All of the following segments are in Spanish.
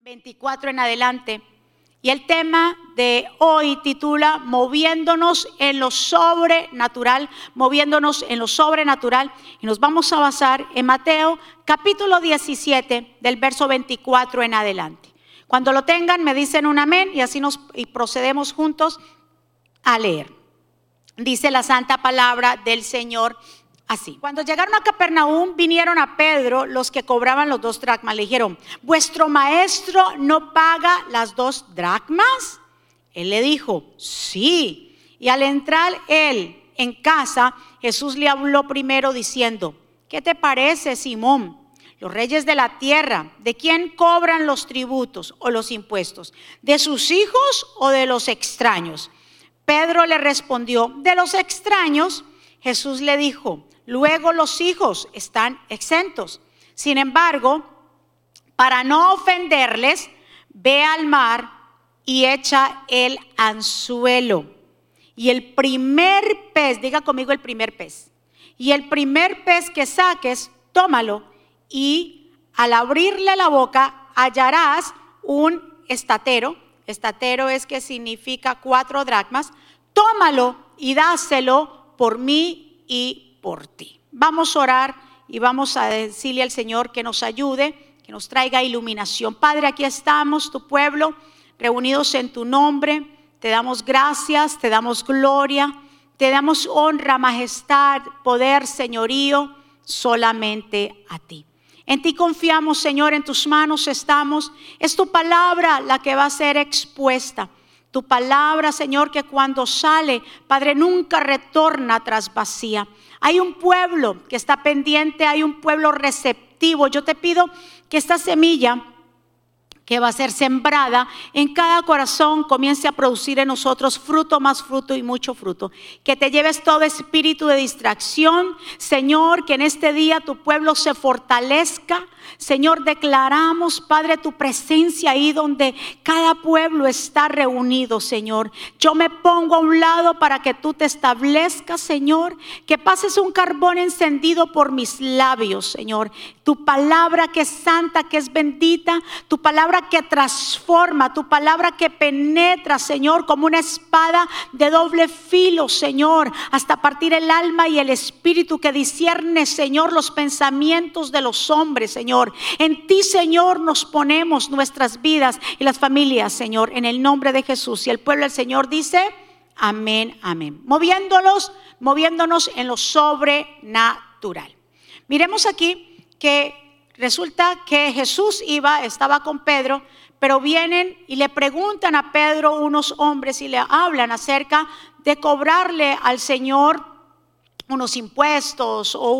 24 en adelante. Y el tema de hoy titula Moviéndonos en lo sobrenatural, moviéndonos en lo sobrenatural. Y nos vamos a basar en Mateo capítulo 17 del verso 24 en adelante. Cuando lo tengan me dicen un amén y así procedemos juntos a leer. Dice la santa palabra del Señor así: cuando llegaron a Capernaum, vinieron a Pedro los que cobraban los 2 dracmas. Le dijeron: ¿vuestro maestro no paga las 2 dracmas? Él le dijo: sí. Y al entrar él en casa, Jesús le habló primero diciendo: ¿qué te parece, Simón? Los reyes de la tierra, ¿de quién cobran los tributos o los impuestos? ¿De sus hijos o de los extraños? Pedro le respondió: de los extraños. Jesús le dijo: luego los hijos están exentos. Sin embargo, para no ofenderles, ve al mar y echa el anzuelo. Y el primer pez, diga conmigo el primer pez. Y el primer pez que saques, tómalo, y al abrirle la boca hallarás un estatero. Estatero es que significa 4 dracmas. Tómalo y dáselo por mí y por ti. Vamos a orar y vamos a decirle al Señor que nos ayude, que nos traiga iluminación. Padre, aquí estamos, tu pueblo, reunidos en tu nombre. Te damos gracias, te damos gloria, te damos honra, majestad, poder, señorío, solamente a ti. En ti confiamos, Señor, en tus manos estamos. Es tu palabra la que va a ser expuesta. Tu palabra, Señor, que cuando sale, Padre, nunca retorna tras vacía. Hay un pueblo que está pendiente, hay un pueblo receptivo. Yo te pido que esta semilla que va a ser sembrada en cada corazón comience a producir en nosotros fruto, más fruto y mucho fruto. Que te lleves todo espíritu de distracción, Señor, que en este día tu pueblo se fortalezca. Señor, declaramos, Padre, tu presencia ahí donde cada pueblo está reunido, Señor. Yo me pongo a un lado para que tú te establezcas, Señor. Que pases un carbón encendido por mis labios, Señor. Tu palabra que es santa, que es bendita, tu palabra que transforma, tu palabra que penetra, Señor, como una espada de doble filo, Señor, hasta partir el alma y el espíritu, que discierne, Señor, los pensamientos de los hombres, Señor. En ti, Señor, nos ponemos nuestras vidas y las familias, Señor, en el nombre de Jesús. Y el pueblo del Señor dice: amén, amén. Moviéndonos en lo sobrenatural. Miremos aquí que resulta que Jesús estaba con Pedro, pero vienen y le preguntan a Pedro unos hombres y le hablan acerca de cobrarle al Señor unos impuestos o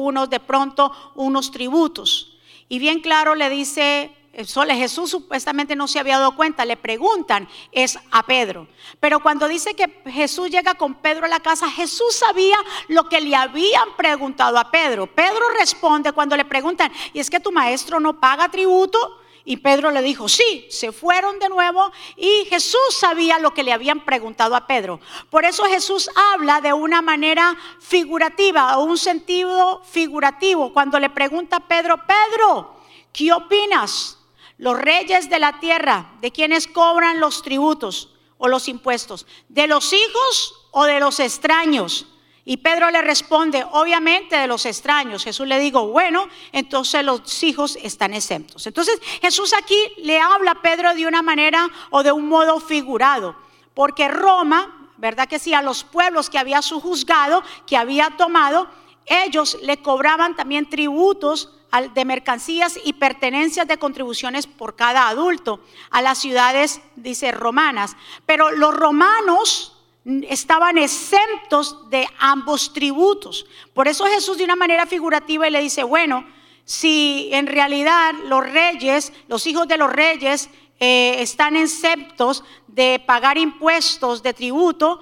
unos tributos. Y bien claro le dice, Jesús supuestamente no se había dado cuenta, le preguntan es a Pedro. Pero cuando dice que Jesús llega con Pedro a la casa, Jesús sabía lo que le habían preguntado a Pedro. Pedro responde cuando le preguntan: ¿y es que tu maestro no paga tributo? Y Pedro le dijo: sí. Se fueron de nuevo y Jesús sabía lo que le habían preguntado a Pedro. Por eso Jesús habla de una manera figurativa, o un sentido figurativo, cuando le pregunta a Pedro: Pedro, ¿qué opinas? Los reyes de la tierra, ¿de quiénes cobran los tributos o los impuestos? ¿De los hijos o de los extraños? Y Pedro le responde: obviamente de los extraños. Jesús le dijo: bueno, entonces los hijos están exentos. Entonces Jesús aquí le habla a Pedro de una manera o de un modo figurado, porque Roma, ¿verdad que sí?, a los pueblos que había sujuzgado, que había tomado, ellos le cobraban también tributos de mercancías y pertenencias de contribuciones por cada adulto a las ciudades, dice, romanas. Pero los romanos estaban exentos de ambos tributos. Por eso Jesús, de una manera figurativa, le dice: bueno, si en realidad los reyes, los hijos de los reyes están exentos de pagar impuestos de tributo,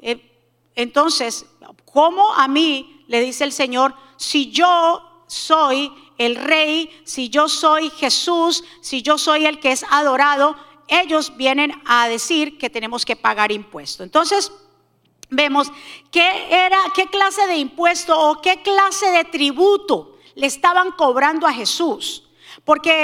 entonces, ¿cómo a mí, le dice el Señor, si yo soy el rey, si yo soy Jesús, si yo soy el que es adorado, ellos vienen a decir que tenemos que pagar impuestos? Entonces vemos qué clase de impuesto o qué clase de tributo le estaban cobrando a Jesús, porque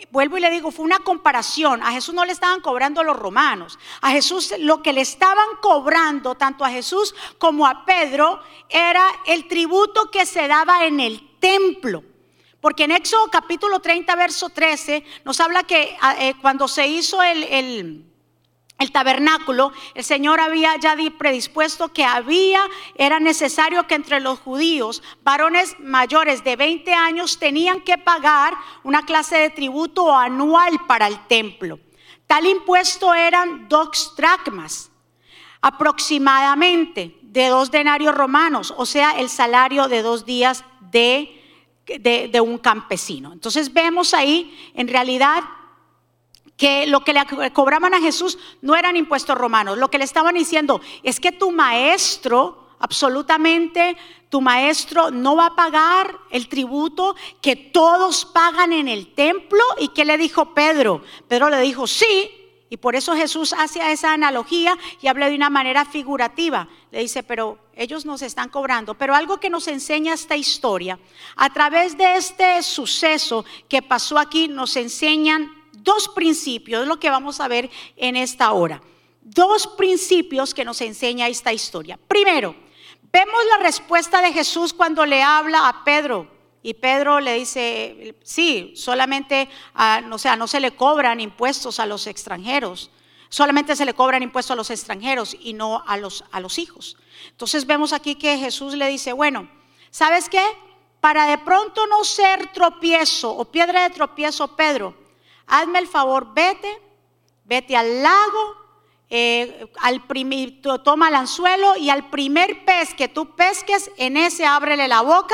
vuelvo y le digo, fue una comparación. A Jesús no le estaban cobrando los romanos. A Jesús lo que le estaban cobrando, tanto a Jesús como a Pedro, era el tributo que se daba en el templo. Porque en Éxodo capítulo 30, verso 13, nos habla que cuando se hizo el tabernáculo, el Señor había ya predispuesto que era necesario que entre los judíos, varones mayores de 20 años tenían que pagar una clase de tributo anual para el templo. Tal impuesto eran 2 dracmas, aproximadamente de 2 denarios romanos, o sea, el salario de 2 días de un campesino. Entonces vemos ahí en realidad que lo que le cobraban a Jesús no eran impuestos romanos. Lo que le estaban diciendo es que tu maestro, absolutamente tu maestro no va a pagar el tributo que todos pagan en el templo. ¿Y qué le dijo Pedro? Pedro le dijo sí. Y por eso Jesús hace esa analogía y habla de una manera figurativa. Le dice, pero ellos nos están cobrando. Pero algo que nos enseña esta historia, a través de este suceso que pasó aquí, nos enseñan 2 principios, lo que vamos a ver en esta hora. 2 principios que nos enseña esta historia. Primero, vemos la respuesta de Jesús cuando le habla a Pedro. Y Pedro le dice, sí, solamente, no se le cobran impuestos a los extranjeros. Solamente se le cobran impuestos a los extranjeros y no a los hijos. Entonces vemos aquí que Jesús le dice, bueno, ¿sabes qué? Para de pronto no ser tropiezo o piedra de tropiezo, Pedro, hazme el favor, vete al lago, toma el anzuelo y al primer pez que tú pesques, en ese ábrele la boca.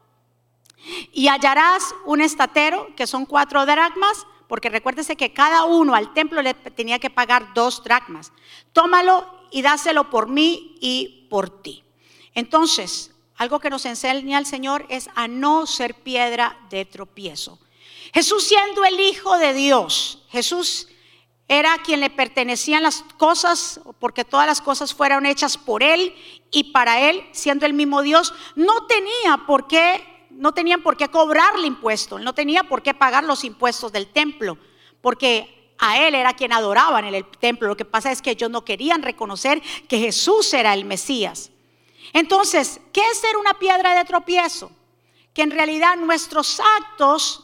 Y hallarás un estatero, que son 4 dracmas, porque recuérdese que cada uno al templo le tenía que pagar 2 dracmas. Tómalo y dáselo por mí y por ti. Entonces, algo que nos enseña el Señor es a no ser piedra de tropiezo. Jesús, siendo el Hijo de Dios, Jesús era a quien le pertenecían las cosas, porque todas las cosas fueron hechas por Él y para Él, siendo el mismo Dios, no tenían por qué cobrarle impuestos, no tenía por qué pagar los impuestos del templo, porque a Él era quien adoraban en el templo. Lo que pasa es que ellos no querían reconocer que Jesús era el Mesías. Entonces, ¿qué es ser una piedra de tropiezo? Que en realidad nuestros actos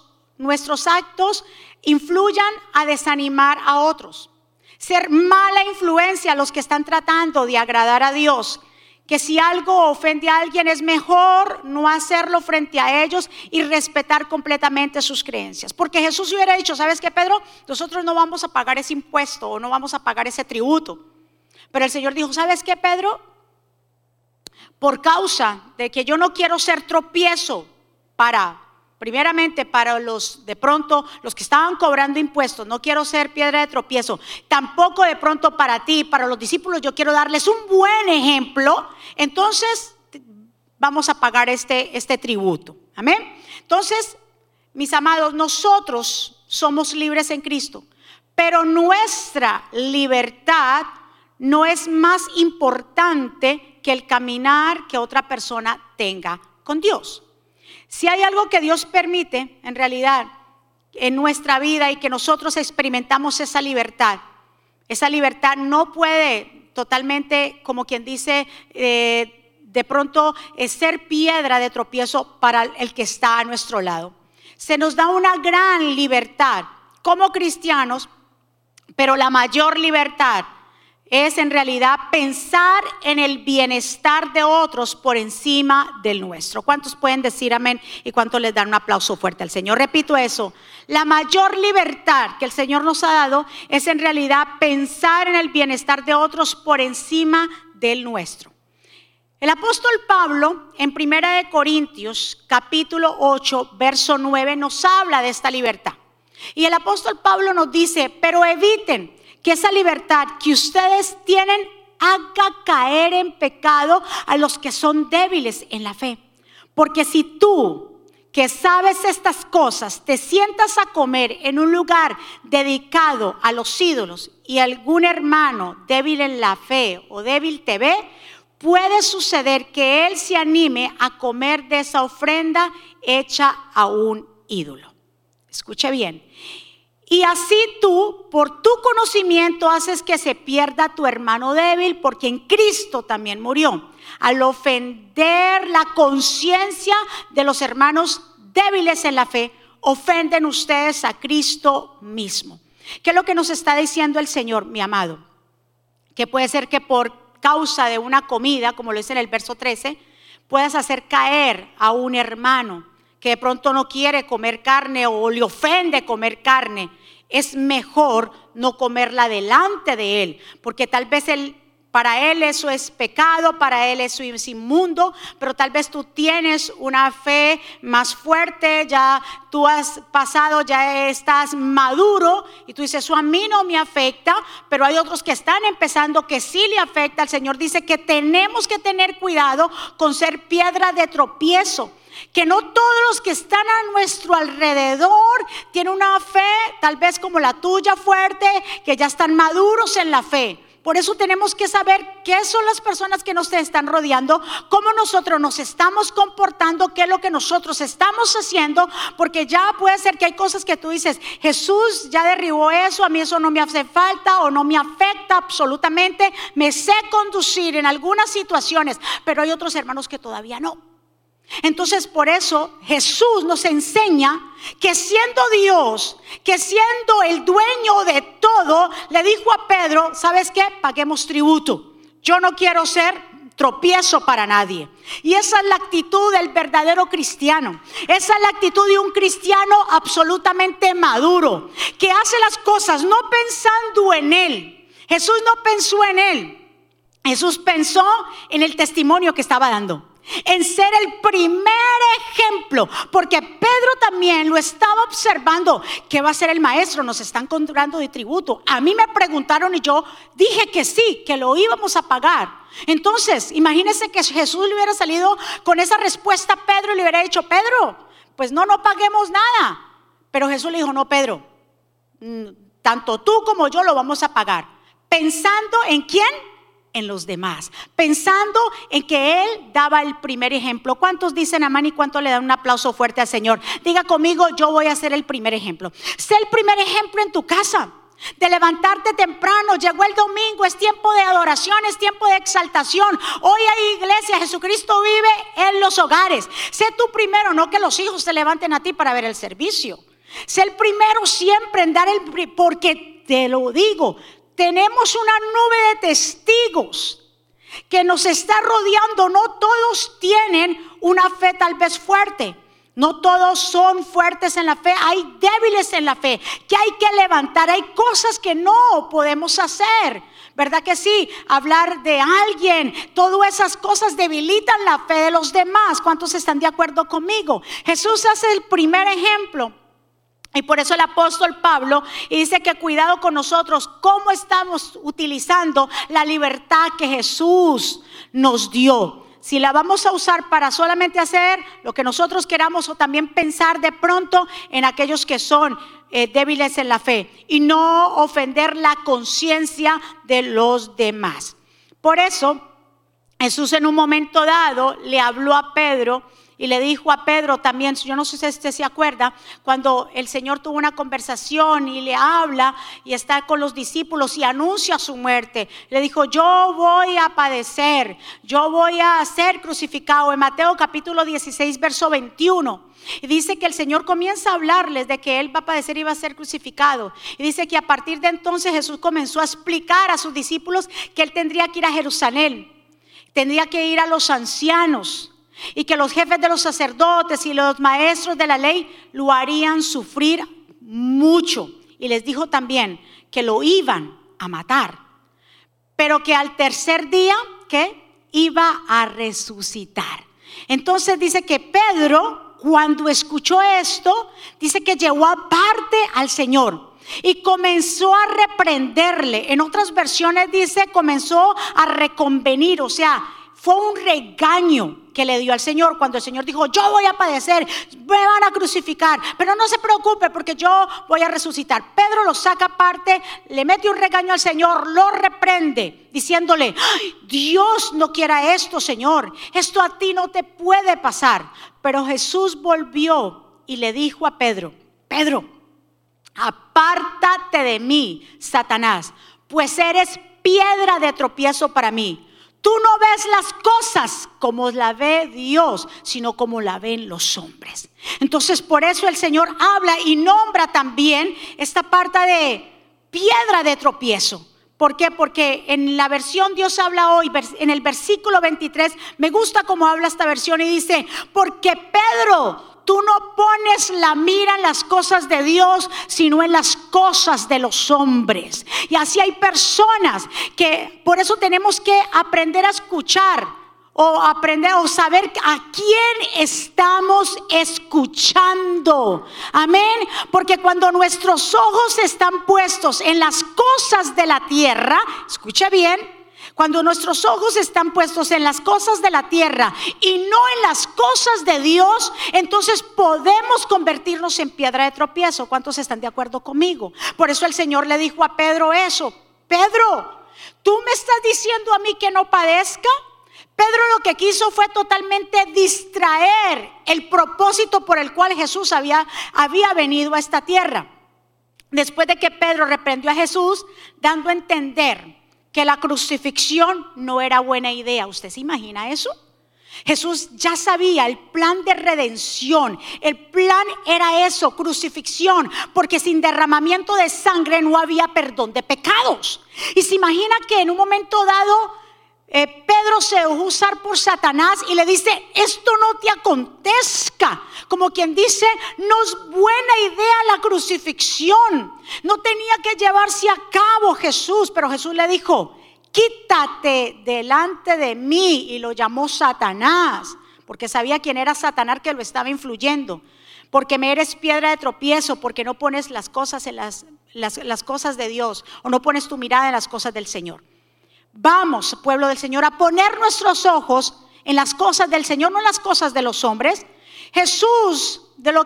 influyan a desanimar a otros. Ser mala influencia a los que están tratando de agradar a Dios. Que si algo ofende a alguien es mejor no hacerlo frente a ellos y respetar completamente sus creencias. Porque Jesús hubiera dicho, ¿sabes qué, Pedro? Nosotros no vamos a pagar ese impuesto o no vamos a pagar ese tributo. Pero el Señor dijo, ¿sabes qué, Pedro? Por causa de que yo no quiero ser tropiezo primeramente para los que estaban cobrando impuestos, no quiero ser piedra de tropiezo, tampoco de pronto para ti, para los discípulos, yo quiero darles un buen ejemplo. Entonces vamos a pagar este tributo. Amén. Entonces, mis amados, nosotros somos libres en Cristo, pero nuestra libertad no es más importante que el caminar que otra persona tenga con Dios. Si hay algo que Dios permite en realidad en nuestra vida y que nosotros experimentamos esa libertad no puede totalmente, como quien dice, de pronto ser piedra de tropiezo para el que está a nuestro lado. Se nos da una gran libertad como cristianos, pero la mayor libertad es en realidad pensar en el bienestar de otros por encima del nuestro. ¿Cuántos pueden decir amén? Y cuántos les dan un aplauso fuerte al Señor. Repito eso, la mayor libertad que el Señor nos ha dado es en realidad pensar en el bienestar de otros por encima del nuestro. El apóstol Pablo en 1 Corintios capítulo 8 verso 9 nos habla de esta libertad. Y el apóstol Pablo nos dice, pero eviten que esa libertad que ustedes tienen haga caer en pecado a los que son débiles en la fe. Porque si tú, que sabes estas cosas, te sientas a comer en un lugar dedicado a los ídolos y algún hermano débil en la fe o débil te ve, puede suceder que él se anime a comer de esa ofrenda hecha a un ídolo. Escuche bien. Y así tú, por tu conocimiento, haces que se pierda tu hermano débil, porque en Cristo también murió. Al ofender la conciencia de los hermanos débiles en la fe, ofenden ustedes a Cristo mismo. ¿Qué es lo que nos está diciendo el Señor, mi amado? Que puede ser que por causa de una comida, como lo dice en el verso 13, puedas hacer caer a un hermano que de pronto no quiere comer carne o le ofende comer carne. Es mejor no comerla delante de él, porque tal vez para él eso es pecado, para él eso es inmundo, pero tal vez tú tienes una fe más fuerte, ya tú has pasado, ya estás maduro y tú dices, eso a mí no me afecta, pero hay otros que están empezando que sí le afecta. El Señor dice que tenemos que tener cuidado con ser piedra de tropiezo, que no todos los que están a nuestro alrededor tienen una fe tal vez como la tuya fuerte, que ya están maduros en la fe. Por eso tenemos que saber qué son las personas que nos están rodeando, cómo nosotros nos estamos comportando, qué es lo que nosotros estamos haciendo, porque ya puede ser que hay cosas que tú dices, Jesús ya derribó eso, a mí eso no me hace falta o no me afecta absolutamente, me sé conducir en algunas situaciones, pero hay otros hermanos que todavía no. Entonces por eso Jesús nos enseña que siendo Dios, que siendo el dueño de todo, le dijo a Pedro, ¿sabes qué? Paguemos tributo. Yo no quiero ser tropiezo para nadie. Y esa es la actitud del verdadero cristiano. Esa es la actitud de un cristiano absolutamente maduro, que hace las cosas no pensando en él. Jesús no pensó en él. Jesús pensó en el testimonio que estaba dando, en ser el primer ejemplo, porque Pedro también lo estaba observando. ¿Qué va a hacer el maestro? Nos están cobrando de tributo. A mí me preguntaron y yo dije que sí, que lo íbamos a pagar. Entonces imagínense que Jesús le hubiera salido con esa respuesta a Pedro y le hubiera dicho, Pedro, pues no paguemos nada. Pero Jesús le dijo, no, Pedro, tanto tú como yo lo vamos a pagar. Pensando en ¿quién? En los demás, pensando en que Él daba el primer ejemplo. ¿Cuántos dicen amén y cuántos le dan un aplauso fuerte al Señor? Diga conmigo, yo voy a ser el primer ejemplo. Sé el primer ejemplo en tu casa, de levantarte temprano. Llegó el domingo, es tiempo de adoración, es tiempo de exaltación. Hoy hay iglesia, Jesucristo vive en los hogares. Sé tú primero, no que los hijos se levanten a ti para ver el servicio. Sé el primero siempre en dar porque te lo digo, tenemos una nube de testigos que nos está rodeando. No todos tienen una fe tal vez fuerte. No todos son fuertes en la fe. Hay débiles en la fe que hay que levantar. Hay cosas que no podemos hacer. ¿Verdad que sí? Hablar de alguien, todas esas cosas debilitan la fe de los demás. ¿Cuántos están de acuerdo conmigo? Jesús hace el primer ejemplo. Y por eso el apóstol Pablo dice que cuidado con nosotros, cómo estamos utilizando la libertad que Jesús nos dio. Si la vamos a usar para solamente hacer lo que nosotros queramos, o también pensar de pronto en aquellos que son débiles en la fe y no ofender la conciencia de los demás. Por eso Jesús en un momento dado le habló a Pedro y le dijo a Pedro también, yo no sé si usted se acuerda, cuando el Señor tuvo una conversación y le habla y está con los discípulos y anuncia su muerte. Le dijo, yo voy a padecer, yo voy a ser crucificado. En Mateo capítulo 16, verso 21. Y dice que el Señor comienza a hablarles de que Él va a padecer y va a ser crucificado. Y dice que a partir de entonces Jesús comenzó a explicar a sus discípulos que Él tendría que ir a Jerusalén, tendría que ir a los ancianos, y que los jefes de los sacerdotes y los maestros de la ley lo harían sufrir mucho. Y les dijo también que lo iban a matar, pero que al tercer día que iba a resucitar. Entonces dice que Pedro, cuando escuchó esto, dice que llevó aparte al Señor y comenzó a reprenderle. En otras versiones dice comenzó a reconvenir, o sea, fue un regaño que le dio al Señor cuando el Señor dijo, yo voy a padecer, me van a crucificar, pero no se preocupe porque yo voy a resucitar. Pedro lo saca aparte, le mete un regaño al Señor, lo reprende diciéndole, Dios no quiera esto, Señor, esto a ti no te puede pasar. Pero Jesús volvió y le dijo a Pedro, Pedro, apártate de mí, Satanás, pues eres piedra de tropiezo para mí. Tú no ves las cosas como la ve Dios, sino como la ven los hombres. Entonces por eso el Señor habla y nombra también esta parte de piedra de tropiezo. ¿Por qué? Porque en la versión Dios habla hoy, en el versículo 23, me gusta cómo habla esta versión y dice: porque Pedro, tú no pones la mira en las cosas de Dios, sino en las cosas de los hombres. Y así hay personas que por eso tenemos que aprender a escuchar o aprender o saber a quién estamos escuchando. Amén. Porque cuando nuestros ojos están puestos en las cosas de la tierra, escuche bien, cuando nuestros ojos están puestos en las cosas de la tierra y no en las cosas de Dios, entonces podemos convertirnos en piedra de tropiezo. ¿Cuántos están de acuerdo conmigo? Por eso el Señor le dijo a Pedro eso: Pedro, ¿tú me estás diciendo a mí que no padezca? Pedro lo que quiso fue totalmente distraer el propósito por el cual Jesús había venido a esta tierra. Después de que Pedro reprendió a Jesús, dando a entender que la crucifixión no era buena idea. ¿Usted se imagina eso? Jesús ya sabía el plan de redención. El plan era eso, crucifixión, porque sin derramamiento de sangre no había perdón de pecados. Y se imagina que en un momento dado Pedro se dejó usar por Satanás y le dice: esto no te acontezca. Como quien dice, no es buena idea la crucifixión. No tenía que llevarse a cabo Jesús. Pero Jesús le dijo: quítate delante de mí. Y lo llamó Satanás, porque sabía quién era Satanás que lo estaba influyendo. Porque me eres piedra de tropiezo, porque no pones las cosas en las cosas de Dios, o no pones tu mirada en las cosas del Señor. Vamos, pueblo del Señor, a poner nuestros ojos en las cosas del Señor, no en las cosas de los hombres. Jesús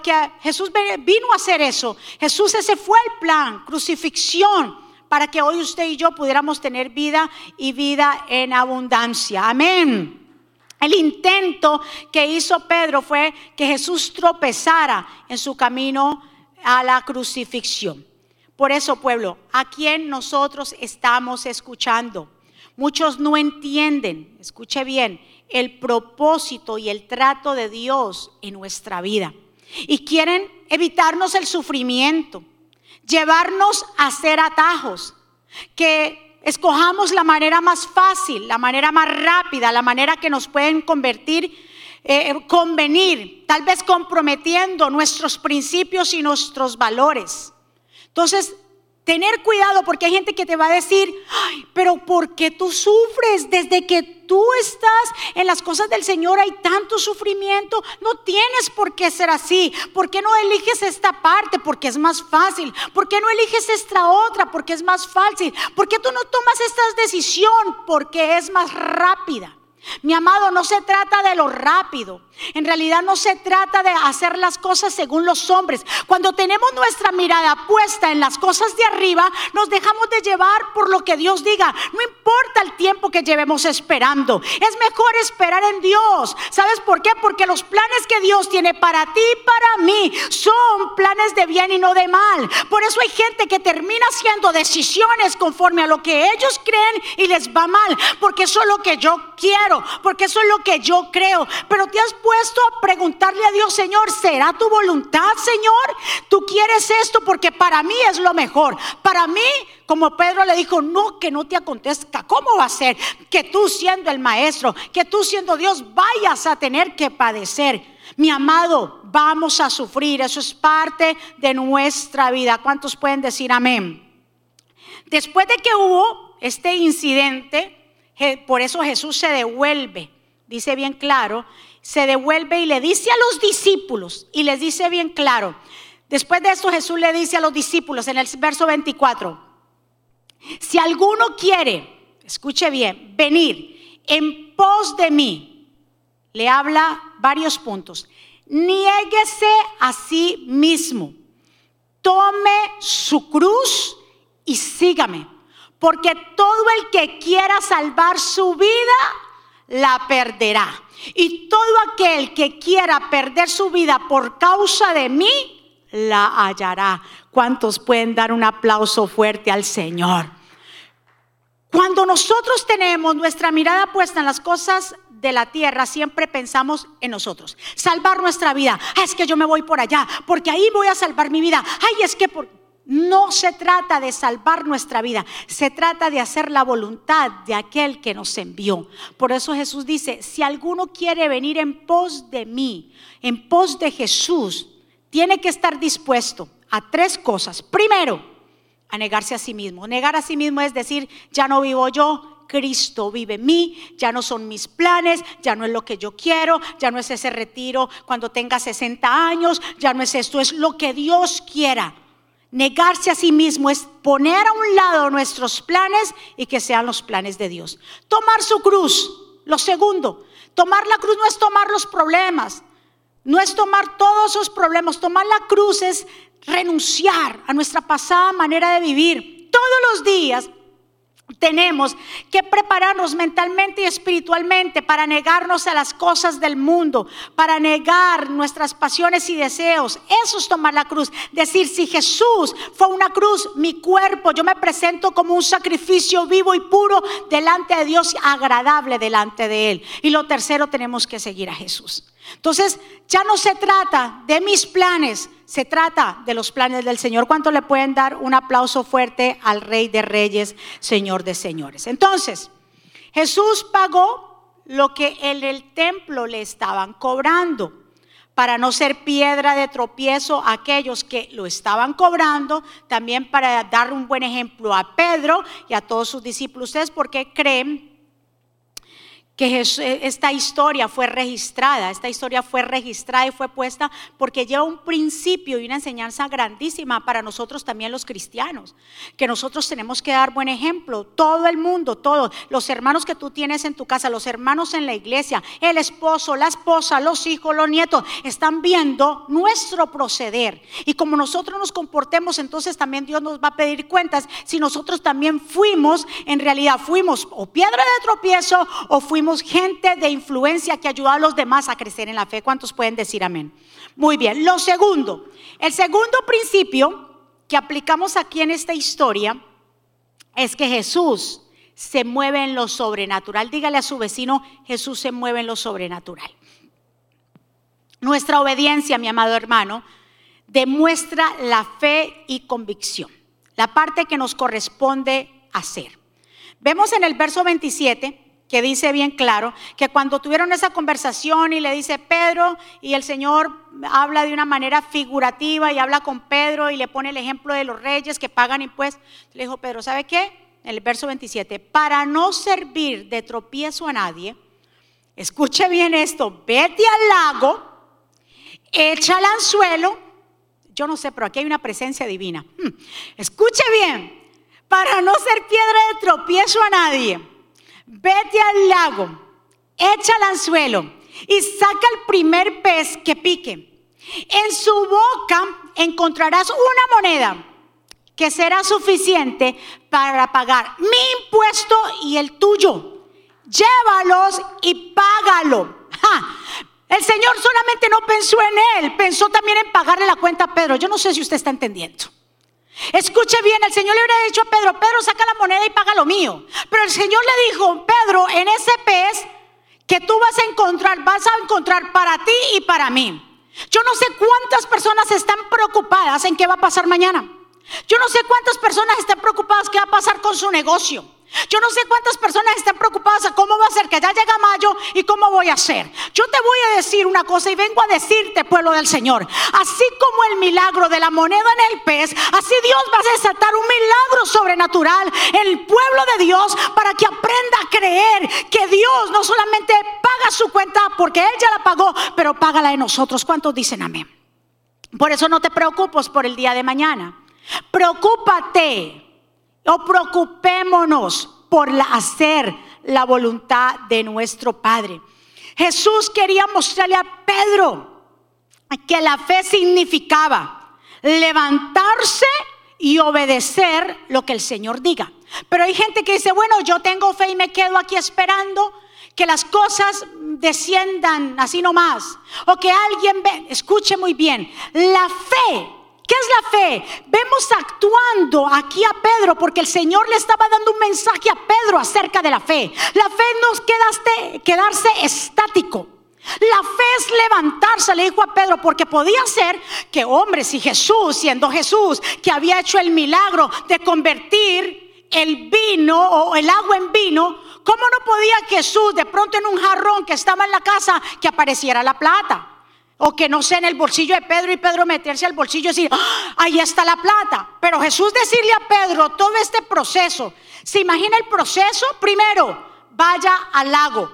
vino a hacer eso. Jesús, ese fue el plan, crucifixión, para que hoy usted y yo pudiéramos tener vida y vida en abundancia. Amén. El intento que hizo Pedro fue que Jesús tropezara en su camino a la crucifixión. Por eso, pueblo, ¿a quién nosotros estamos escuchando? Muchos no entienden, escuche bien, el propósito y el trato de Dios en nuestra vida. Y quieren evitarnos el sufrimiento, llevarnos a hacer atajos, que escojamos la manera más fácil, la manera más rápida, la manera que nos pueden convenir, tal vez comprometiendo nuestros principios y nuestros valores. Entonces, tener cuidado, porque hay gente que te va a decir: ay, pero ¿por qué tú sufres? Desde que tú estás en las cosas del Señor hay tanto sufrimiento. No tienes por qué ser así. ¿Por qué no eliges esta parte? Porque es más fácil. ¿Por qué no eliges esta otra? Porque es más fácil. ¿Por qué tú no tomas esta decisión? Porque es más rápida. Mi amado, no se trata de lo rápido. En realidad no se trata de hacer las cosas según los hombres. Cuando tenemos nuestra mirada puesta en las cosas de arriba, nos dejamos de llevar por lo que Dios diga. No importa el tiempo que llevemos esperando, es mejor esperar en Dios. ¿Sabes por qué? Porque los planes que Dios tiene para ti y para mí son planes de bien y no de mal. Por eso hay gente que termina haciendo decisiones conforme a lo que ellos creen y les va mal, porque eso es lo que yo quiero, porque eso es lo que yo creo. Pero te has puesto a preguntarle a Dios: Señor, ¿será tu voluntad, Señor? ¿Tú quieres esto? Porque para mí es lo mejor. Para mí, como Pedro le dijo, no, que no te acontezca. ¿Cómo va a ser que tú, siendo el maestro, que tú siendo Dios, vayas a tener que padecer? Mi amado, vamos a sufrir. Eso es parte de nuestra vida. ¿Cuántos pueden decir amén? Después de que hubo este incidente, por eso Jesús se devuelve, dice bien claro, se devuelve y le dice a los discípulos, y les dice bien claro. Después de esto Jesús le dice a los discípulos en el verso 24: si alguno quiere, escuche bien, venir en pos de mí, le habla varios puntos. Niéguese a sí mismo, tome su cruz y sígame. Porque todo el que quiera salvar su vida, la perderá. Y todo aquel que quiera perder su vida por causa de mí, la hallará. ¿Cuántos pueden dar un aplauso fuerte al Señor? Cuando nosotros tenemos nuestra mirada puesta en las cosas de la tierra, siempre pensamos en nosotros, salvar nuestra vida. Es que yo me voy por allá, porque ahí voy a salvar mi vida. Ay, es que no se trata de salvar nuestra vida, se trata de hacer la voluntad de aquel que nos envió. Por eso Jesús dice, si alguno quiere venir en pos de mí, en pos de Jesús, tiene que estar dispuesto a 3 cosas. Primero, a negarse a sí mismo. Negar a sí mismo es decir, ya no vivo yo, Cristo vive en mí, ya no son mis planes, ya no es lo que yo quiero, ya no es ese retiro cuando tenga 60 años, ya no es esto, es lo que Dios quiera. Negarse a sí mismo es poner a un lado nuestros planes y que sean los planes de Dios. Tomar su cruz. Lo segundo, tomar la cruz no es tomar los problemas, no es tomar todos esos problemas. Tomar la cruz es renunciar a nuestra pasada manera de vivir. Todos los días tenemos que prepararnos mentalmente y espiritualmente para negarnos a las cosas del mundo, para negar nuestras pasiones y deseos. Eso es tomar la cruz. Decir, si Jesús fue una cruz, mi cuerpo, yo me presento como un sacrificio vivo y puro delante de Dios, agradable delante de Él. Y lo tercero, tenemos que seguir a Jesús. Entonces ya no se trata de mis planes, se trata de los planes del Señor. ¿Cuánto le pueden dar un aplauso fuerte al Rey de Reyes, Señor de Señores? Entonces Jesús pagó lo que en el templo le estaban cobrando, para no ser piedra de tropiezo a aquellos que lo estaban cobrando, también para dar un buen ejemplo a Pedro y a todos sus discípulos. ¿Ustedes por qué creen que esta historia fue registrada? Esta historia fue registrada y fue puesta porque lleva un principio y una enseñanza grandísima para nosotros también los cristianos, que nosotros tenemos que dar buen ejemplo. Todo el mundo, todos los hermanos que tú tienes en tu casa, los hermanos en la iglesia, el esposo, la esposa, los hijos, los nietos, están viendo nuestro proceder, y como nosotros nos comportemos, entonces también Dios nos va a pedir cuentas si nosotros también en realidad fuimos o piedra de tropiezo o fuimos gente de influencia que ayudó a los demás a crecer en la fe. ¿Cuántos pueden decir amén? Muy bien. El segundo principio que aplicamos aquí en esta historia es que Jesús se mueve en lo sobrenatural. Dígale a su vecino, Jesús se mueve en lo sobrenatural. Nuestra obediencia, mi amado hermano, demuestra la fe y convicción, la parte que nos corresponde hacer. Vemos en el verso 27 que dice bien claro que cuando tuvieron esa conversación y le dice Pedro, y el Señor habla de una manera figurativa y habla con Pedro y le pone el ejemplo de los reyes que pagan impuestos, le dijo Pedro, ¿sabe qué? En el verso 27, para no servir de tropiezo a nadie, escuche bien esto, vete al lago, echa el anzuelo. Yo no sé, pero aquí hay una presencia divina. Escuche bien, para no ser piedra de tropiezo a nadie, vete al lago, echa el anzuelo y saca el primer pez que pique. En su boca encontrarás una moneda que será suficiente para pagar mi impuesto y el tuyo. Llévalos y págalo. El Señor solamente no pensó en él, pensó también en pagarle la cuenta a Pedro. Yo no sé si usted está entendiendo. Escuche bien, el Señor le hubiera dicho a Pedro, Pedro, saca la moneda y paga lo mío. Pero el Señor le dijo, Pedro, en ese pez que tú vas a encontrar para ti y para mí. Yo no sé cuántas personas están preocupadas en qué va a pasar mañana. Yo no sé cuántas personas están preocupadas qué va a pasar con su negocio. Yo no sé cuántas personas están preocupadas a cómo va a ser que ya llega mayo y cómo voy a hacer. Yo te voy a decir una cosa y vengo a decirte, pueblo del Señor, así como el milagro de la moneda en el pez, así Dios va a desatar un milagro sobrenatural en el pueblo de Dios para que aprenda a creer que Dios no solamente paga su cuenta porque Él ya la pagó, pero paga la de nosotros. ¿Cuántos dicen amén? Por eso no te preocupes por el día de mañana. Preocúpate o preocupémonos por hacer la voluntad de nuestro Padre. Jesús quería mostrarle a Pedro que la fe significaba levantarse y obedecer lo que el Señor diga. Pero hay gente que dice, bueno, yo tengo fe y me quedo aquí esperando que las cosas desciendan así nomás, o que alguien ve. Escuche muy bien, la fe ¿Qué es la fe? Vemos actuando aquí a Pedro porque el Señor le estaba dando un mensaje a Pedro acerca de la fe. La fe no es quedarse estático. La fe es levantarse, le dijo a Pedro, porque podía ser que, hombre, si Jesús, siendo Jesús, que había hecho el milagro de convertir el vino o el agua en vino, ¿cómo no podía Jesús de pronto en un jarrón que estaba en la casa que apareciera la plata? O que no sé, en el bolsillo de Pedro, y Pedro meterse al bolsillo y decir, ¡ah! Ahí está la plata. Pero Jesús decirle a Pedro todo este proceso. ¿Se imagina el proceso? Primero, vaya al lago.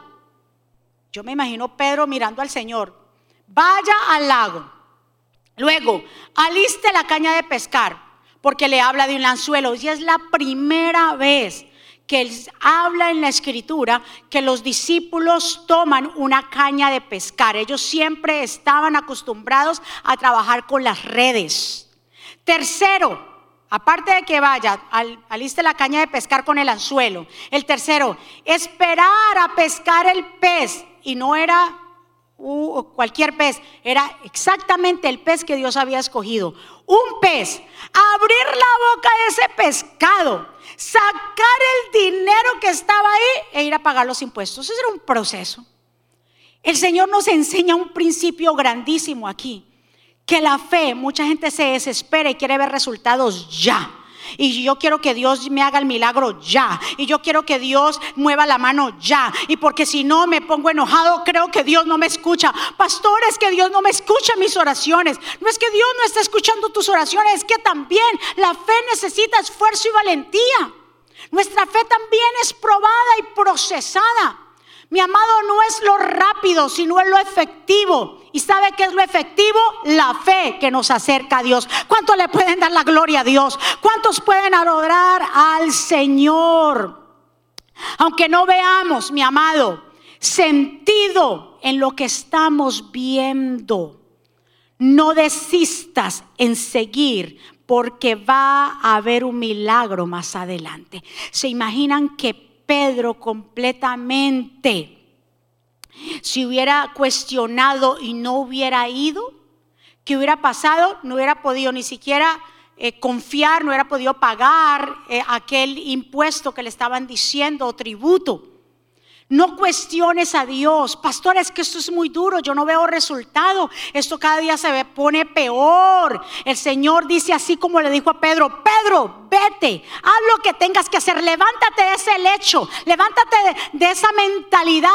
Yo me imagino Pedro mirando al Señor. Vaya al lago. Luego, aliste la caña de pescar, porque le habla de un anzuelo. Y es la primera vez que él habla en la escritura que los discípulos toman una caña de pescar. Ellos siempre estaban acostumbrados a trabajar con las redes. Tercero, aparte de que vaya, aliste la caña de pescar con el anzuelo. El tercero, esperar a pescar el pez. Y no era cualquier pez, era exactamente el pez que Dios había escogido. Un pez, abrir la boca de ese pescado, sacar el dinero que estaba ahí e ir a pagar los impuestos. Ese era un proceso. El Señor nos enseña un principio grandísimo aquí, que la fe, mucha gente se desespera y quiere ver resultados ya. Y yo quiero que Dios me haga el milagro ya. Y yo quiero que Dios mueva la mano ya. Y porque si no me pongo enojado, creo que Dios no me escucha. Pastor, es que Dios no me escucha mis oraciones. No es que Dios no esté escuchando tus oraciones, es que también la fe necesita esfuerzo y valentía. Nuestra fe también es probada y procesada. Mi amado, no es lo rápido, sino es lo efectivo. ¿Y sabe qué es lo efectivo? La fe que nos acerca a Dios. ¿Cuántos le pueden dar la gloria a Dios? ¿Cuántos pueden adorar al Señor? Aunque no veamos, mi amado, sentido en lo que estamos viendo, no desistas en seguir, porque va a haber un milagro más adelante. ¿Se imaginan que Pedro completamente, si hubiera cuestionado y no hubiera ido, qué hubiera pasado? No hubiera podido ni siquiera confiar, no hubiera podido pagar aquel impuesto que le estaban diciendo, o tributo. No cuestiones a Dios. Pastor, es que esto es muy duro, yo no veo resultado, esto cada día se pone peor. El Señor dice así como le dijo a Pedro: Pedro, vete, haz lo que tengas que hacer, levántate de ese lecho, levántate de esa mentalidad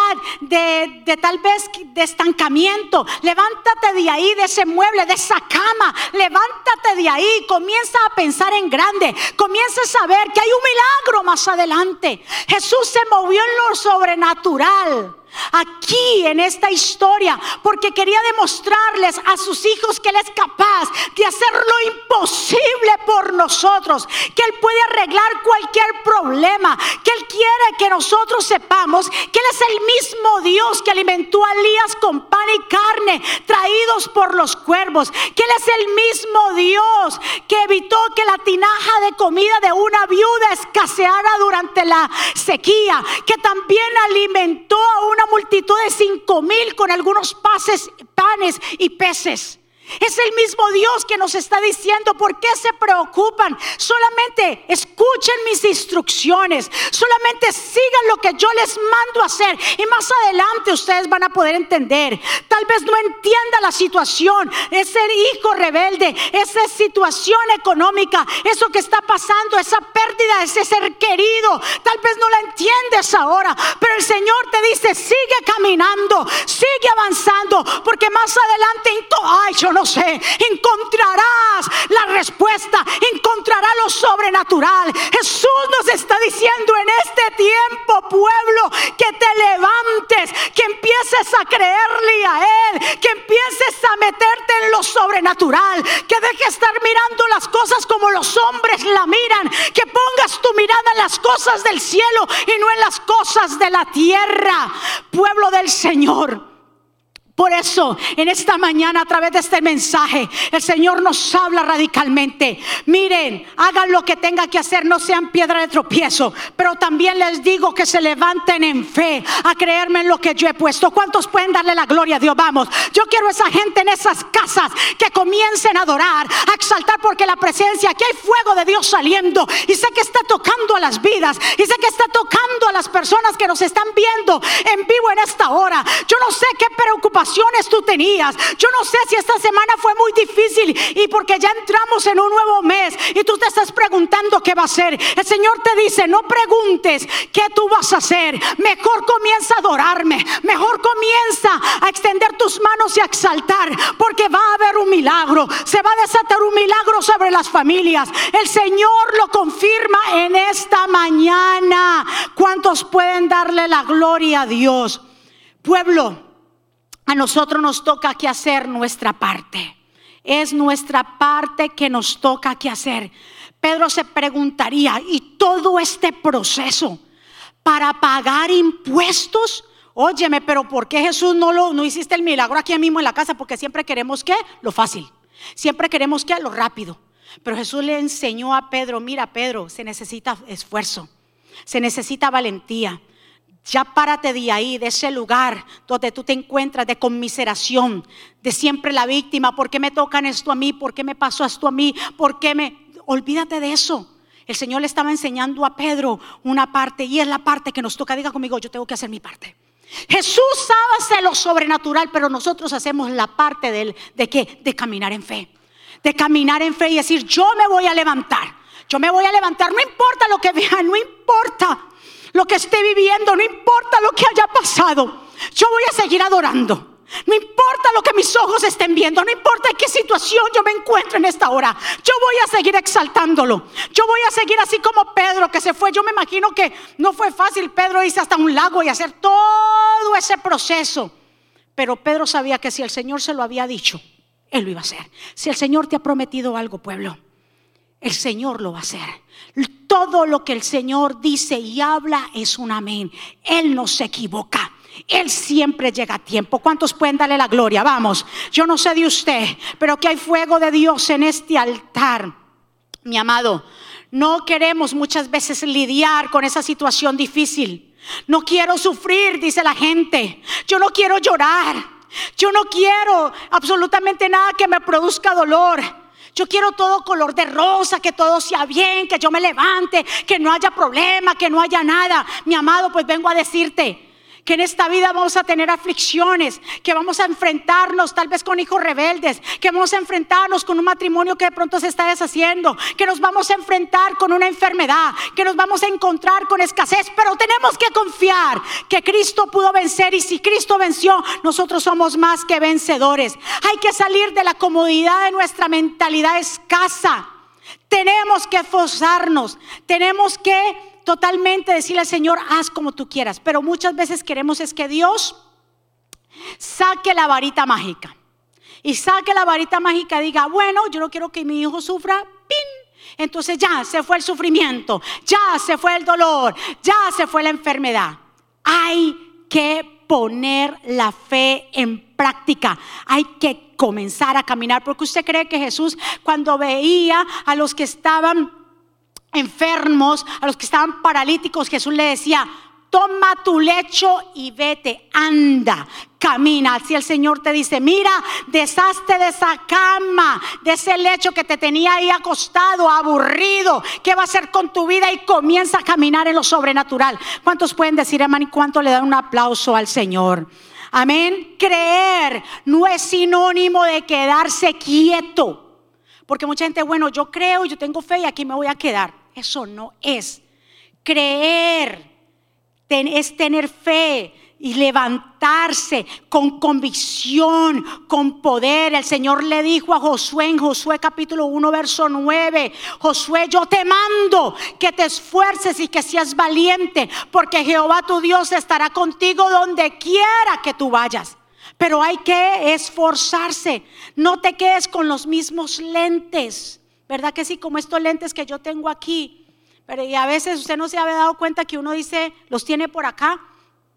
de tal vez de estancamiento, levántate de ahí, de ese mueble, de esa cama, levántate de ahí, comienza a pensar en grande, comienza a saber que hay un milagro más adelante. Jesús se movió en lo sobrenatural aquí en esta historia porque quería demostrarles a sus hijos que Él es capaz de hacer lo imposible por nosotros, que Él puede arreglar cualquier problema, que Él quiere que nosotros sepamos que Él es el mismo Dios que alimentó a Elías con pan y carne traídos por los cuervos, que Él es el mismo Dios que evitó que la tinaja de comida de una viuda escaseara durante la sequía, que también alimentó a una multitud de 5,000 con algunos panes y peces. Es el mismo Dios que nos está diciendo: ¿por qué se preocupan? Solamente escuchen mis instrucciones, solamente sigan lo que yo les mando a hacer, y más adelante ustedes van a poder entender. Tal vez no entienda la situación, ese hijo rebelde, esa situación económica, eso que está pasando, esa pérdida de ese ser querido, tal vez no la entiendes ahora, pero el Señor te dice: sigue caminando, sigue avanzando, porque más adelante yo no sé, encontrarás la respuesta, encontrarás lo sobrenatural. Jesús nos está diciendo en este tiempo, pueblo, que te levantes, que empieces a creerle a Él, que empieces a meterte en lo sobrenatural, que dejes de estar mirando las cosas como los hombres la miran, que pongas tu mirada en las cosas del cielo y no en las cosas de la tierra. Pueblo del Señor, Por eso, en esta mañana, a través de este mensaje, el Señor nos habla radicalmente. Miren, hagan lo que tengan que hacer, no sean piedra de tropiezo. Pero también les digo que se levanten en fe, a creerme en lo que yo he puesto. ¿Cuántos pueden darle la gloria a Dios? Vamos, yo quiero esa gente en esas casas que comiencen a adorar, a exaltar, porque la presencia, aquí hay fuego de Dios saliendo. Y sé que está tocando a las vidas, y sé que está tocando a las personas que nos están viendo en vivo en esta hora. Yo no sé qué preocupación tú tenías. Yo no sé si esta semana fue muy difícil y porque ya entramos en un nuevo mes y tú te estás preguntando qué va a hacer. El Señor te dice: no preguntes qué tú vas a hacer. Mejor comienza a adorarme. Mejor comienza a extender tus manos y a exaltar, porque va a haber un milagro. Se va a desatar un milagro sobre las familias. El Señor lo confirma en esta mañana. ¿Cuántos pueden darle la gloria a Dios? Pueblo, a nosotros nos toca que hacer nuestra parte. Es nuestra parte que nos toca que hacer. Pedro se preguntaría: ¿y todo este proceso para pagar impuestos? Óyeme, pero ¿por qué Jesús no hiciste el milagro aquí mismo en la casa? Porque siempre queremos ¿qué? Lo fácil. Siempre queremos ¿qué? Lo rápido. Pero Jesús le enseñó a Pedro: mira, Pedro, se necesita esfuerzo, se necesita valentía. Ya párate de ahí, de ese lugar donde tú te encuentras de conmiseración, de siempre la víctima. ¿Por qué me tocan esto a mí? ¿Por qué me pasó esto a mí? Olvídate de eso. El Señor le estaba enseñando a Pedro una parte, y es la parte que nos toca. Diga conmigo: yo tengo que hacer mi parte. Jesús hace lo sobrenatural, pero nosotros hacemos la parte ¿de qué? De caminar en fe. De caminar en fe y decir: yo me voy a levantar. Yo me voy a levantar, no importa lo que vea, no importa lo que esté viviendo, no importa lo que haya pasado, yo voy a seguir adorando. No importa lo que mis ojos estén viendo, no importa en qué situación yo me encuentro en esta hora, yo voy a seguir exaltándolo. Yo voy a seguir así como Pedro, que se fue. Yo me imagino que no fue fácil Pedro irse hasta un lago y hacer todo ese proceso, pero Pedro sabía que si el Señor se lo había dicho, Él lo iba a hacer. Si el Señor te ha prometido algo, pueblo, el Señor lo va a hacer. Todo lo que el Señor dice y habla es un amén. Él no se equivoca. Él siempre llega a tiempo. ¿Cuántos pueden darle la gloria? Vamos, yo no sé de usted, pero que hay fuego de Dios en este altar. Mi amado, no queremos muchas veces lidiar con esa situación difícil. No quiero sufrir, dice la gente. Yo no quiero llorar. Yo no quiero absolutamente nada que me produzca dolor. Yo quiero todo color de rosa, que todo sea bien, que yo me levante, que no haya problema, que no haya nada. Mi amado, pues vengo a decirte que en esta vida vamos a tener aflicciones, que vamos a enfrentarnos tal vez con hijos rebeldes, que vamos a enfrentarnos con un matrimonio que de pronto se está deshaciendo, que nos vamos a enfrentar con una enfermedad, que nos vamos a encontrar con escasez. Pero tenemos que confiar que Cristo pudo vencer, y si Cristo venció, nosotros somos más que vencedores. Hay que salir de la comodidad de nuestra mentalidad escasa. Tenemos que esforzarnos, tenemos que totalmente decirle al Señor: haz como tú quieras. Pero muchas veces queremos es que Dios saque la varita mágica, y saque la varita mágica y diga: bueno, yo no quiero que mi hijo sufra, ¡pin! Entonces ya se fue el sufrimiento, ya se fue el dolor, ya se fue la enfermedad. Hay que poner la fe en práctica. Hay que comenzar a caminar. Porque usted cree que Jesús, cuando veía a los que estaban enfermos, a los que estaban paralíticos, Jesús le decía: toma tu lecho y vete, anda, camina? Si el Señor te dice: mira, deshazte de esa cama, de ese lecho que te tenía ahí acostado, aburrido, ¿qué va a hacer con tu vida? Y comienza a caminar en lo sobrenatural. ¿Cuántos pueden decir amén? ¿Y cuánto le dan un aplauso al Señor? Amén. Creer no es sinónimo de quedarse quieto, porque mucha gente: bueno, yo creo, yo tengo fe y aquí me voy a quedar. Eso no es creer. Es tener fe y levantarse con convicción, con poder. El Señor le dijo a Josué en Josué capítulo 1 verso 9: Josué, yo te mando que te esfuerces y que seas valiente, porque Jehová tu Dios estará contigo donde quiera que tú vayas. Pero hay que esforzarse. No te quedes con los mismos lentes, ¿verdad que sí? Como estos lentes que yo tengo aquí. Pero y a veces usted no se había dado cuenta que uno dice, los tiene por acá,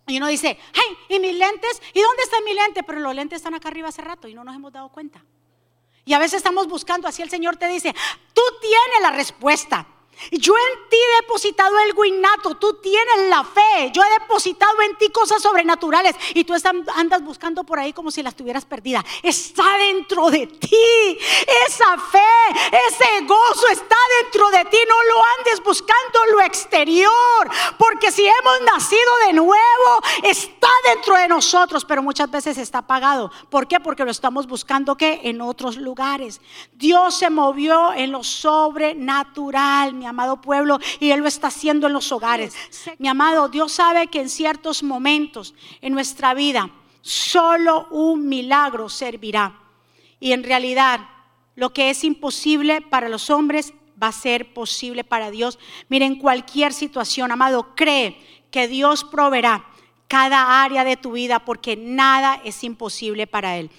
Y uno dice, ay, ¿y mis lentes? ¿Y dónde están mis lentes? Pero los lentes están acá arriba hace rato y no nos hemos dado cuenta. Y a veces estamos buscando, así el Señor te dice, tú tienes la respuesta. Yo en ti he depositado algo innato, tú tienes la fe, yo he depositado en ti cosas sobrenaturales y tú andas buscando por ahí como si las tuvieras perdidas. Está dentro de ti, esa fe, ese gozo está dentro de ti. No lo andes buscando en lo exterior, porque si hemos nacido de nuevo, está dentro de nosotros, pero muchas veces está apagado. ¿Por qué? Porque lo estamos buscando ¿qué? En otros lugares. Dios se movió en lo sobrenatural, mi amado pueblo, y Él lo está haciendo en los hogares. Mi amado, Dios sabe que en ciertos momentos en nuestra vida solo un milagro servirá, y en realidad lo que es imposible para los hombres va a ser posible para Dios. Miren, cualquier situación, amado, cree que Dios proveerá cada área de tu vida, porque nada es imposible para Él.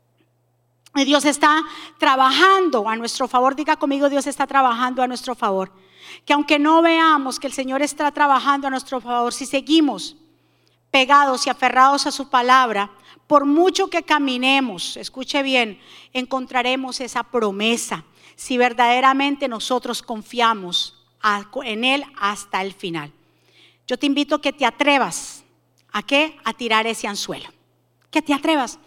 Y Dios está trabajando a nuestro favor. Diga conmigo, Dios está trabajando a nuestro favor. Que aunque no veamos que el Señor está trabajando a nuestro favor, si seguimos pegados y aferrados a su palabra, por mucho que caminemos, escuche bien, encontraremos esa promesa, si verdaderamente nosotros confiamos en Él hasta el final. Yo te invito a que te atrevas. ¿A qué? A tirar ese anzuelo. Que te atrevas.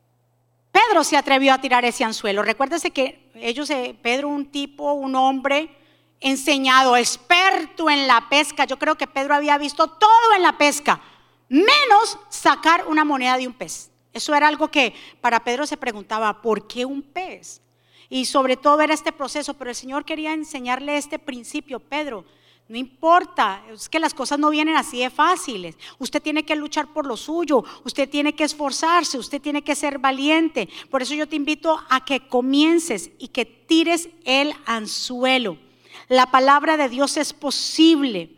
Pedro se atrevió a tirar ese anzuelo. Recuérdese que Pedro, un hombre enseñado, experto en la pesca. Yo creo que Pedro había visto todo en la pesca, menos sacar una moneda de un pez. Eso era algo que para Pedro se preguntaba, ¿por qué un pez? Y sobre todo era este proceso, pero el Señor quería enseñarle este principio. Pedro, no importa, es que las cosas no vienen así de fáciles. Usted tiene que luchar por lo suyo, usted tiene que esforzarse, usted tiene que ser valiente. Por eso yo te invito a que comiences y que tires el anzuelo. La palabra de Dios es posible.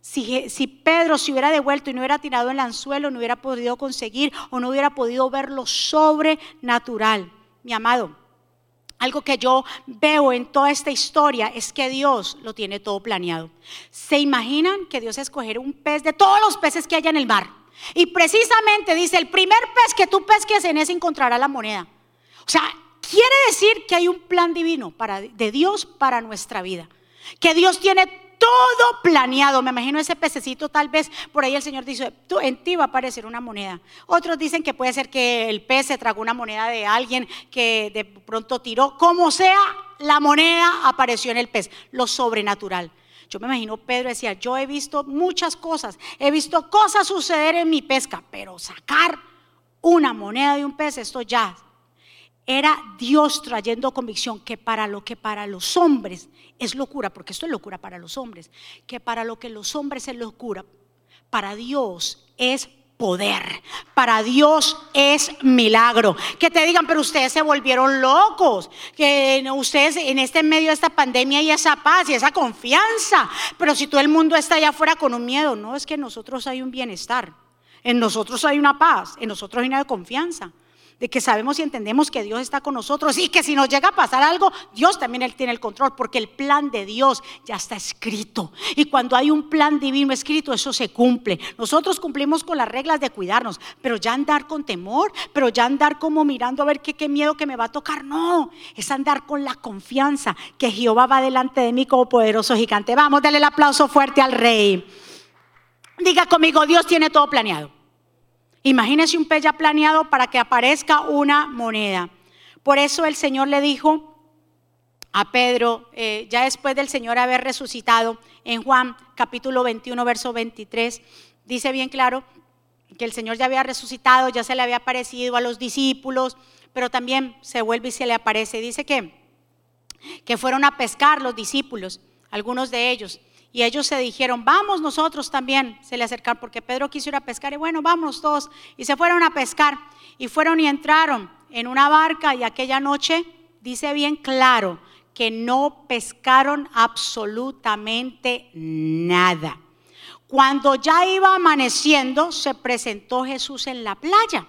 Si Pedro se hubiera devuelto y no hubiera tirado el anzuelo, no hubiera podido conseguir o no hubiera podido ver lo sobrenatural. Mi amado, algo que yo veo en toda esta historia es que Dios lo tiene todo planeado. ¿Se imaginan que Dios escogiera un pez de todos los peces que haya en el mar? Y precisamente dice, el primer pez que tú pesques en ese encontrará la moneda. O sea, quiere decir que hay un plan divino de Dios para nuestra vida. Que Dios tiene todo planeado. Me imagino ese pececito, tal vez por ahí el Señor dice, en ti va a aparecer una moneda. Otros dicen que puede ser que el pez se tragó una moneda de alguien que de pronto tiró. Como sea, la moneda apareció en el pez, lo sobrenatural. Yo me imagino Pedro decía, yo he visto muchas cosas, he visto cosas suceder en mi pesca, pero sacar una moneda de un pez, esto ya era Dios trayendo convicción que para lo que para los hombres es locura, porque esto es locura para los hombres, que para lo que los hombres es locura, para Dios es poder, para Dios es milagro. Que te digan, pero ustedes se volvieron locos, que ustedes en medio de esta pandemia hay esa paz y esa confianza, pero si todo el mundo está allá afuera con un miedo. No, es que en nosotros hay un bienestar, en nosotros hay una paz, en nosotros hay una confianza, de que sabemos y entendemos que Dios está con nosotros y que si nos llega a pasar algo, Dios también Él tiene el control, porque el plan de Dios ya está escrito. Y cuando hay un plan divino escrito, eso se cumple. Nosotros cumplimos con las reglas de cuidarnos, pero ya andar con temor, pero ya andar como mirando a ver qué miedo que me va a tocar, no, es andar con la confianza que Jehová va delante de mí como poderoso gigante. Vamos, dale el aplauso fuerte al Rey. Diga conmigo, Dios tiene todo planeado. Imagínese un pez ya planeado para que aparezca una moneda. Por eso el Señor le dijo a Pedro, ya después del Señor haber resucitado, en Juan capítulo 21 verso 23, dice bien claro que el Señor ya había resucitado, ya se le había aparecido a los discípulos, pero también se vuelve y se le aparece. Dice que fueron a pescar los discípulos, algunos de ellos. Y ellos se dijeron, vamos nosotros también. Se le acercaron porque Pedro quiso ir a pescar y bueno, vamos todos. Y se fueron a pescar y fueron y entraron en una barca y aquella noche dice bien claro que no pescaron absolutamente nada. Cuando ya iba amaneciendo se presentó Jesús en la playa,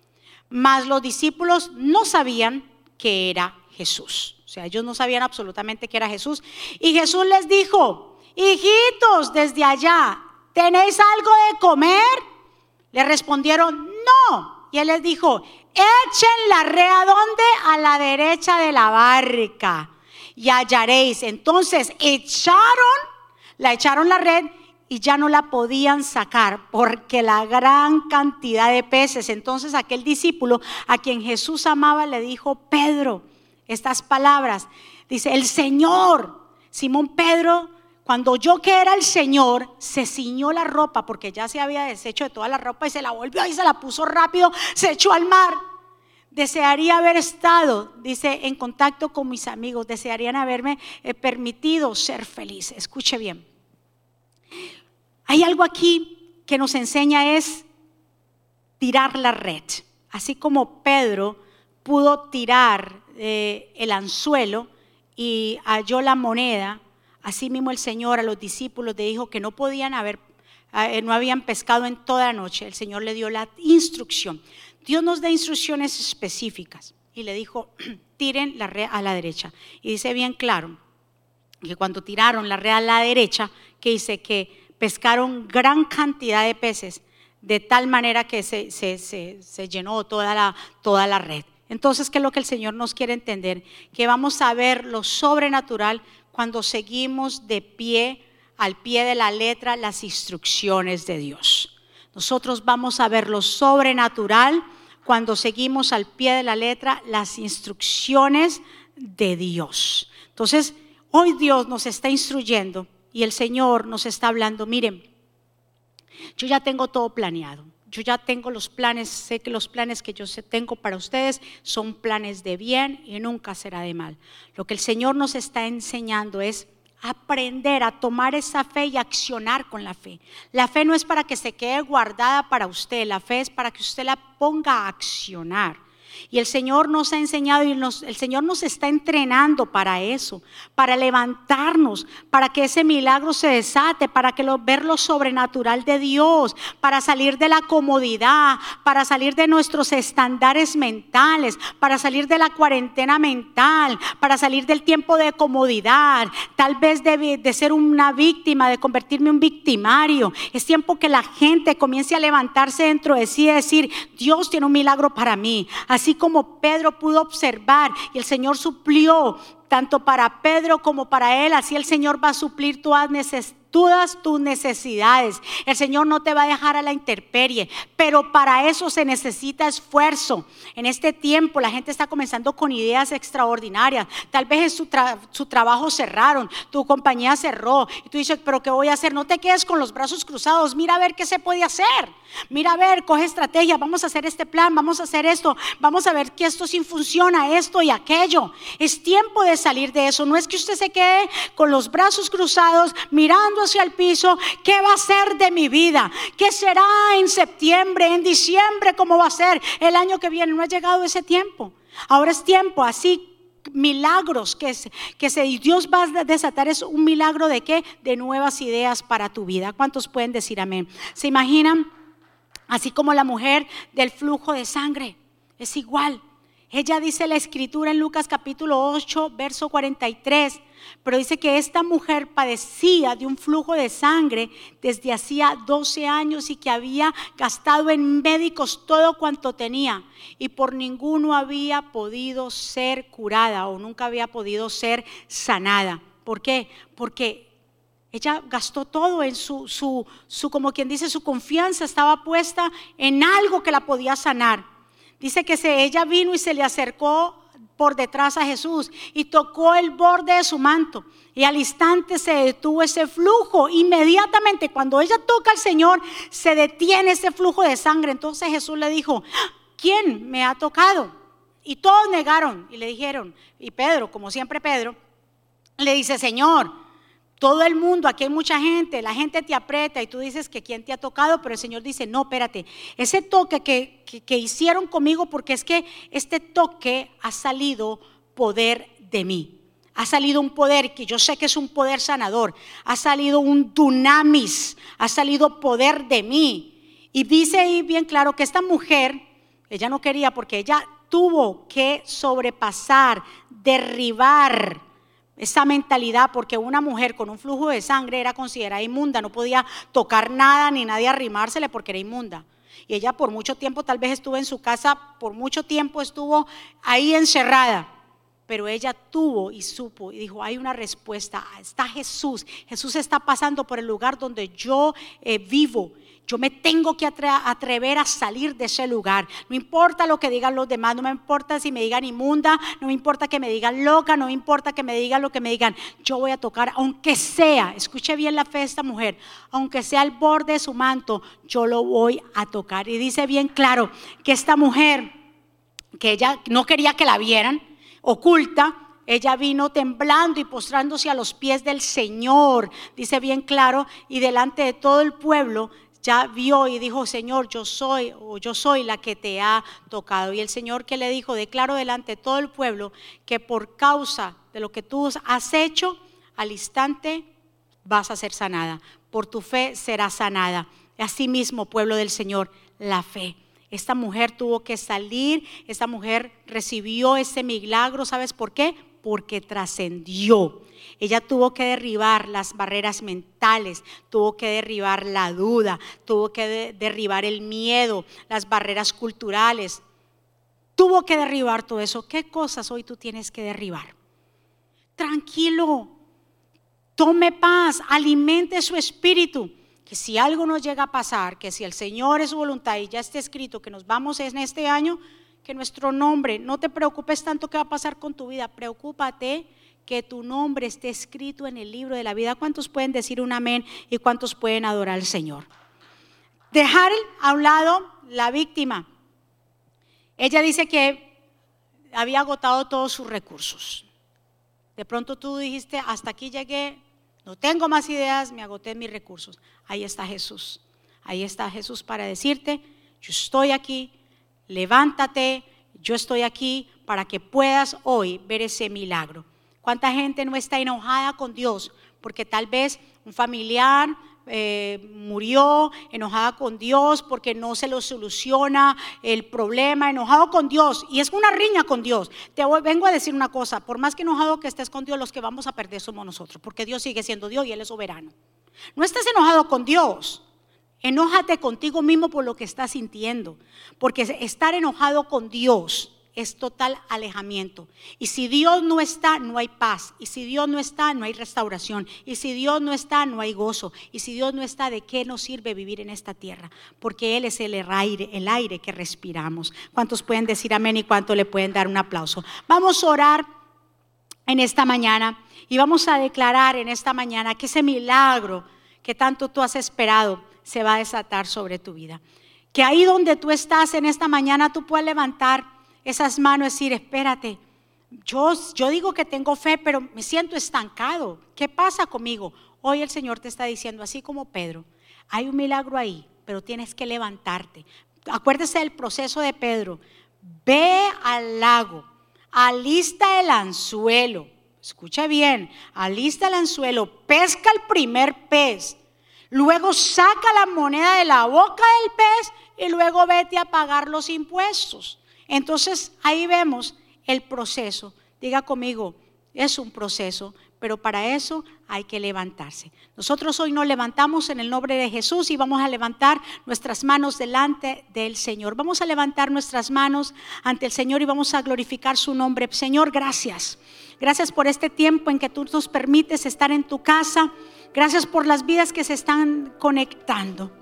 mas los discípulos no sabían que era Jesús. O sea, ellos no sabían absolutamente que era Jesús. Y Jesús les dijo, hijitos, desde allá, ¿tenéis algo de comer? Le respondieron, no. Y él les dijo, echen la red ¿a dónde? A la derecha de la barca y hallaréis. Entonces echaron la red y ya no la podían sacar porque la gran cantidad de peces. Entonces aquel discípulo a quien Jesús amaba le dijo, Pedro, estas palabras. Dice, el Señor, Simón Pedro, cuando oyó que era el Señor, se ciñó la ropa porque ya se había deshecho de toda la ropa y se la volvió y se la puso rápido, se echó al mar. Desearía haber estado, dice, en contacto con mis amigos, desearían haberme permitido ser feliz. Escuche bien. Hay algo aquí que nos enseña es tirar la red. Así como Pedro pudo tirar el anzuelo y halló la moneda, así mismo el Señor a los discípulos le dijo que no habían pescado en toda la noche. El Señor le dio la instrucción. Dios nos da instrucciones específicas y le dijo, tiren la red a la derecha. Y dice bien claro que cuando tiraron la red a la derecha, que dice que pescaron gran cantidad de peces, de tal manera que se llenó toda la red. Entonces, ¿qué es lo que el Señor nos quiere entender? Que vamos a ver lo sobrenatural cuando seguimos de pie, al pie de la letra, las instrucciones de Dios. Nosotros vamos a ver lo sobrenatural cuando seguimos al pie de la letra las instrucciones de Dios. Entonces, hoy Dios nos está instruyendo y el Señor nos está hablando, miren, yo ya tengo todo planeado. Yo ya tengo los planes, sé que los planes que yo tengo para ustedes son planes de bien y nunca será de mal. Lo que el Señor nos está enseñando es aprender a tomar esa fe y accionar con la fe. La fe no es para que se quede guardada para usted, la fe es para que usted la ponga a accionar. Y el Señor nos ha enseñado y el Señor nos está entrenando para eso, para levantarnos, para que ese milagro se desate, para que ver lo sobrenatural de Dios, para salir de la comodidad, para salir de nuestros estándares mentales, para salir de la cuarentena mental, para salir del tiempo de comodidad, tal vez de ser una víctima, de convertirme en un victimario. Es tiempo que la gente comience a levantarse dentro de sí y decir, Dios tiene un milagro para mí. Así como Pedro pudo observar y el Señor suplió tanto para Pedro como para él, así el Señor va a suplir todas tus necesidades. El Señor no te va a dejar a la intemperie, pero para eso se necesita esfuerzo. En este tiempo la gente está comenzando con ideas extraordinarias. Tal vez su trabajo cerraron, tu compañía cerró y tú dices, pero ¿qué voy a hacer? No te quedes con los brazos cruzados, mira a ver qué se puede hacer. Mira a ver, coge estrategia, vamos a hacer este plan, vamos a hacer esto, vamos a ver que esto sí funciona, esto y aquello. Es tiempo de salir de eso. No es que usted se quede con los brazos cruzados mirando hacia el piso. ¿Qué va a ser de mi vida? ¿Qué será en septiembre, en diciembre? ¿Cómo va a ser el año que viene? No ha llegado ese tiempo. Ahora es tiempo, así milagros Dios va a desatar. Es un milagro de ¿qué? De nuevas ideas para tu vida. ¿Cuántos pueden decir amén? ¿Se imaginan? Así como la mujer del flujo de sangre, es igual. Ella dice la escritura en Lucas capítulo 8, verso 43, pero dice que esta mujer padecía de un flujo de sangre desde hacía 12 años y que había gastado en médicos todo cuanto tenía y por ninguno había podido ser curada o nunca había podido ser sanada. ¿Por qué? Porque ella gastó todo en su como quien dice, su confianza estaba puesta en algo que la podía sanar. Dice que ella vino y se le acercó por detrás a Jesús y tocó el borde de su manto y al instante se detuvo ese flujo. Inmediatamente cuando ella toca al Señor se detiene ese flujo de sangre. Entonces Jesús le dijo, ¿quién me ha tocado? Y todos negaron y le dijeron, y Pedro, como siempre Pedro, le dice, Señor, todo el mundo, aquí hay mucha gente, la gente te aprieta y tú dices que quién te ha tocado, pero el Señor dice, no, espérate, ese toque que hicieron conmigo, porque es que este toque ha salido poder de mí. Ha salido un poder que yo sé que es un poder sanador, ha salido un dunamis, ha salido poder de mí. Y dice ahí bien claro que esta mujer, ella no quería porque ella tuvo que sobrepasar, derribar esa mentalidad, porque una mujer con un flujo de sangre era considerada inmunda, no podía tocar nada ni nadie arrimársele porque era inmunda. Y ella por mucho tiempo tal vez estuvo en su casa, por mucho tiempo estuvo ahí encerrada. Pero ella tuvo y supo y dijo, hay una respuesta, está Jesús. Jesús está pasando por el lugar donde yo vivo. Yo me tengo que atrever a salir de ese lugar. No importa lo que digan los demás, no me importa si me digan inmunda, no me importa que me digan loca, no me importa que me digan lo que me digan. Yo voy a tocar, aunque sea, escuche bien la fe de esta mujer, aunque sea el borde de su manto, yo lo voy a tocar. Y dice bien claro que esta mujer, que ella no quería que la vieran, oculta, ella vino temblando y postrándose a los pies del Señor, dice bien claro, y delante de todo el pueblo ya vio y dijo, Señor, yo soy la que te ha tocado. Y el Señor que le dijo, declaro delante de todo el pueblo que por causa de lo que tú has hecho, al instante vas a ser sanada, por tu fe serás sanada. Asimismo, pueblo del Señor, la fe. Esta mujer tuvo que salir, esta mujer recibió ese milagro, ¿sabes por qué? Porque trascendió. Ella tuvo que derribar las barreras mentales, tuvo que derribar la duda, tuvo que derribar el miedo, las barreras culturales. Tuvo que derribar todo eso. ¿Qué cosas hoy tú tienes que derribar? Tranquilo, tome paz, alimente su espíritu. Que si algo nos llega a pasar, que si el Señor es su voluntad y ya está escrito que nos vamos en este año, que nuestro nombre, no te preocupes tanto qué va a pasar con tu vida, preocúpate que tu nombre esté escrito en el libro de la vida. ¿Cuántos pueden decir un amén y cuántos pueden adorar al Señor? Dejar a un lado la víctima. Ella dice que había agotado todos sus recursos. De pronto tú dijiste, hasta aquí llegué, no tengo más ideas, me agoté mis recursos. Ahí está Jesús. Ahí está Jesús para decirte, yo estoy aquí, levántate, yo estoy aquí para que puedas hoy ver ese milagro. ¿Cuánta gente no está enojada con Dios? Porque tal vez un familiar murió, enojada con Dios porque no se lo soluciona el problema, enojado con Dios, y es una riña con Dios. Vengo a decir una cosa, por más que enojado que estés con Dios, los que vamos a perder somos nosotros, porque Dios sigue siendo Dios y Él es soberano. No estés enojado con Dios, enójate contigo mismo por lo que estás sintiendo, porque estar enojado con Dios es total alejamiento. Y si Dios no está, no hay paz. Y si Dios no está, no hay restauración. Y si Dios no está, no hay gozo. Y si Dios no está, ¿de qué nos sirve vivir en esta tierra? Porque Él es el aire que respiramos. ¿Cuántos pueden decir amén y cuántos le pueden dar un aplauso? Vamos a orar en esta mañana y vamos a declarar en esta mañana que ese milagro que tanto tú has esperado se va a desatar sobre tu vida. Que ahí donde tú estás en esta mañana tú puedas levantar esas manos y decir, espérate, yo digo que tengo fe, pero me siento estancado. ¿Qué pasa conmigo? Hoy el Señor te está diciendo, así como Pedro, hay un milagro ahí, pero tienes que levantarte. Acuérdese del proceso de Pedro. Ve al lago, alista el anzuelo, escucha bien, alista el anzuelo, pesca el primer pez, luego saca la moneda de la boca del pez y luego vete a pagar los impuestos. Entonces ahí vemos el proceso. Diga conmigo, es un proceso, pero para eso hay que levantarse. Nosotros hoy nos levantamos en el nombre de Jesús y vamos a levantar nuestras manos delante del Señor. Vamos a levantar nuestras manos ante el Señor y vamos a glorificar su nombre. Señor, gracias. Gracias por este tiempo en que tú nos permites estar en tu casa. Gracias por las vidas que se están conectando.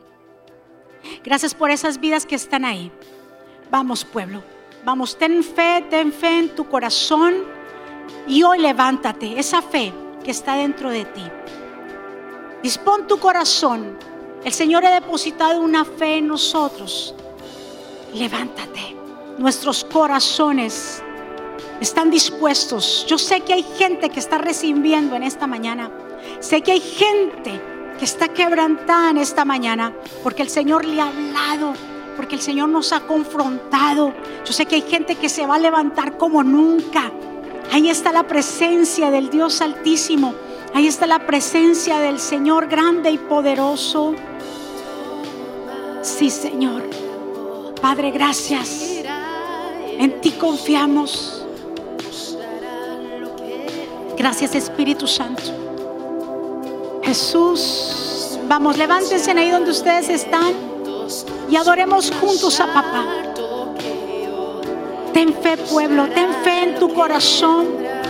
Gracias por esas vidas que están ahí. Vamos, pueblo. Vamos, ten fe en tu corazón y hoy levántate, esa fe que está dentro de ti. Dispón tu corazón. El Señor ha depositado una fe en nosotros. Levántate. Nuestros corazones están dispuestos. Yo sé que hay gente que está recibiendo en esta mañana. Sé que hay gente que está quebrantada en esta mañana porque el Señor le ha hablado, porque el Señor nos ha confrontado. Yo sé que hay gente que se va a levantar como nunca. Ahí está la presencia del Dios Altísimo. Ahí está la presencia del Señor grande y poderoso. Sí, Señor. Padre, gracias. En ti confiamos. Gracias, Espíritu Santo. Jesús, vamos, levántense ahí donde ustedes están. y adoremos juntos a papá. Ten fe, pueblo, ten fe en tu corazón.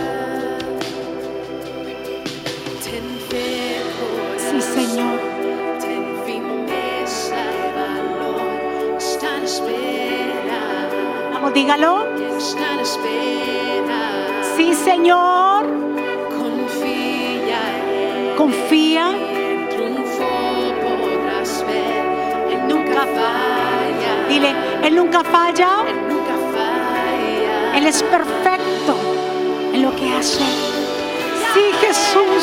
Sí, Señor. Vamos, dígalo. Sí, Señor. Confía. Él nunca falla. Dile, Él nunca falla. Él es perfecto en lo que hace. Sí, Jesús.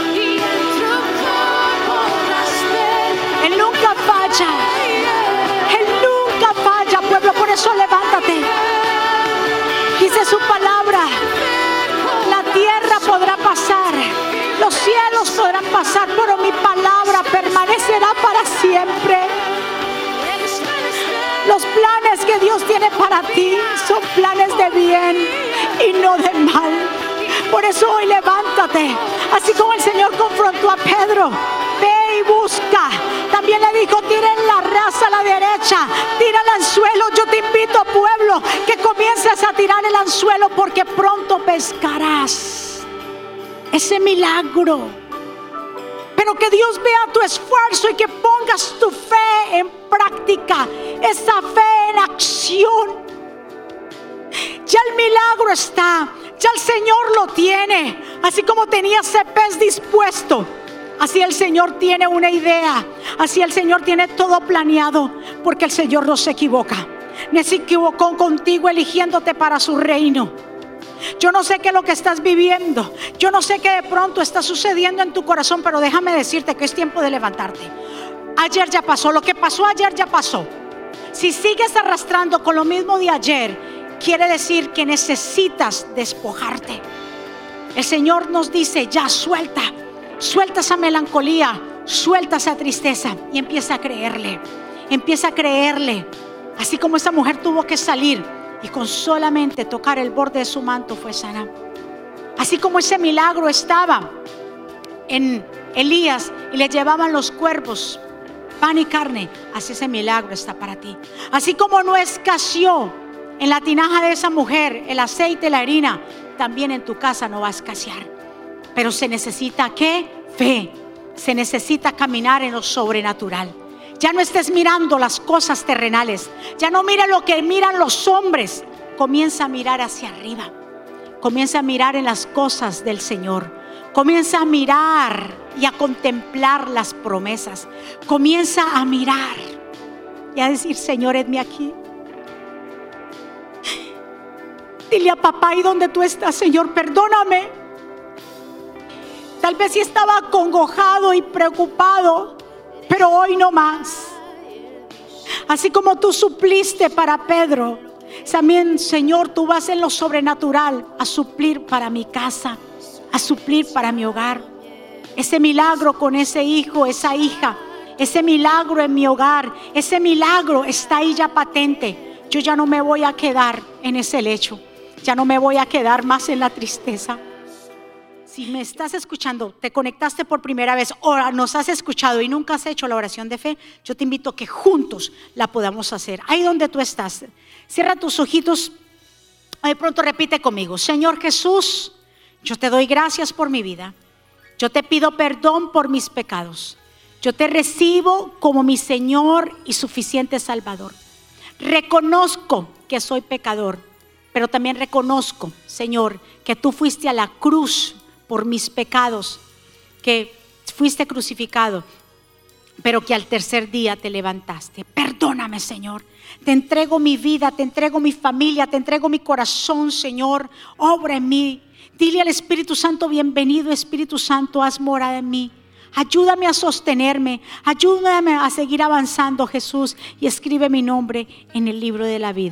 Él nunca falla. Él nunca falla, pueblo. Por eso levántate. Dice su palabra: la tierra podrá pasar, los cielos podrán pasar, pero mi palabra permanecerá para siempre. Los planes que Dios tiene para ti son planes de bien y no de mal. Por eso hoy levántate. Así como el Señor confrontó a Pedro: ve y busca. También le dijo: tiren la raza a la derecha, tira el anzuelo. Yo te invito, pueblo, que comiences a tirar el anzuelo, porque pronto pescarás ese milagro. Pero que Dios vea tu esfuerzo y que pongas tu fe en práctica, esa fe en acción. Ya el milagro está, ya el Señor lo tiene. Así como tenía ese pez dispuesto, así el Señor tiene una idea, así el Señor tiene todo planeado, porque el Señor no se equivoca. Ni se equivocó contigo eligiéndote para su reino. Yo no sé qué es lo que estás viviendo, yo no sé qué de pronto está sucediendo en tu corazón, pero déjame decirte que es tiempo de levantarte. Ayer ya pasó, lo que pasó ayer ya pasó. Si sigues arrastrando con lo mismo de ayer, quiere decir que necesitas despojarte. El Señor nos dice: ya suelta esa melancolía, suelta esa tristeza y empieza a creerle. Empieza a creerle. Así como esa mujer tuvo que salir y con solamente tocar el borde de su manto fue sana. Así como ese milagro estaba en Elías y le llevaban los cuervos pan y carne, así ese milagro está para ti. Así como no escaseó en la tinaja de esa mujer el aceite y la harina, también en tu casa no va a escasear. Pero se necesita, ¿qué? Fe. Se necesita caminar en lo sobrenatural. Ya no estés mirando las cosas terrenales. Ya no mira lo que miran los hombres. Comienza a mirar hacia arriba. Comienza a mirar en las cosas del Señor. Comienza a mirar y a contemplar las promesas. Comienza a mirar y a decir: Señor, hedme aquí. Dile a papá: ¿y dónde tú estás, Señor? Perdóname. Tal vez sí estaba acongojado y preocupado, pero hoy no más. Así como tú supliste para Pedro, también, Señor, tú vas en lo sobrenatural a suplir para mi casa, a suplir para mi hogar. Ese milagro con ese hijo, esa hija, ese milagro en mi hogar, ese milagro está ahí ya patente. Yo ya no me voy a quedar en ese lecho, ya no me voy a quedar más en la tristeza. Si me estás escuchando, te conectaste por primera vez o nos has escuchado y nunca has hecho la oración de fe, yo te invito a que juntos la podamos hacer. Ahí donde tú estás, cierra tus ojitos. De pronto repite conmigo: Señor Jesús, yo te doy gracias por mi vida. Yo te pido perdón por mis pecados. Yo te recibo como mi Señor y suficiente Salvador. Reconozco que soy pecador, pero también reconozco, Señor, que tú fuiste a la cruz por mis pecados, que fuiste crucificado, pero que al tercer día te levantaste. Perdóname, Señor. Te entrego mi vida, te entrego mi familia, te entrego mi corazón, Señor. Obra en mí. Dile al Espíritu Santo: bienvenido, Espíritu Santo, haz morada en mí. Ayúdame a sostenerme, ayúdame a seguir avanzando, Jesús, y escribe mi nombre en el libro de la vida.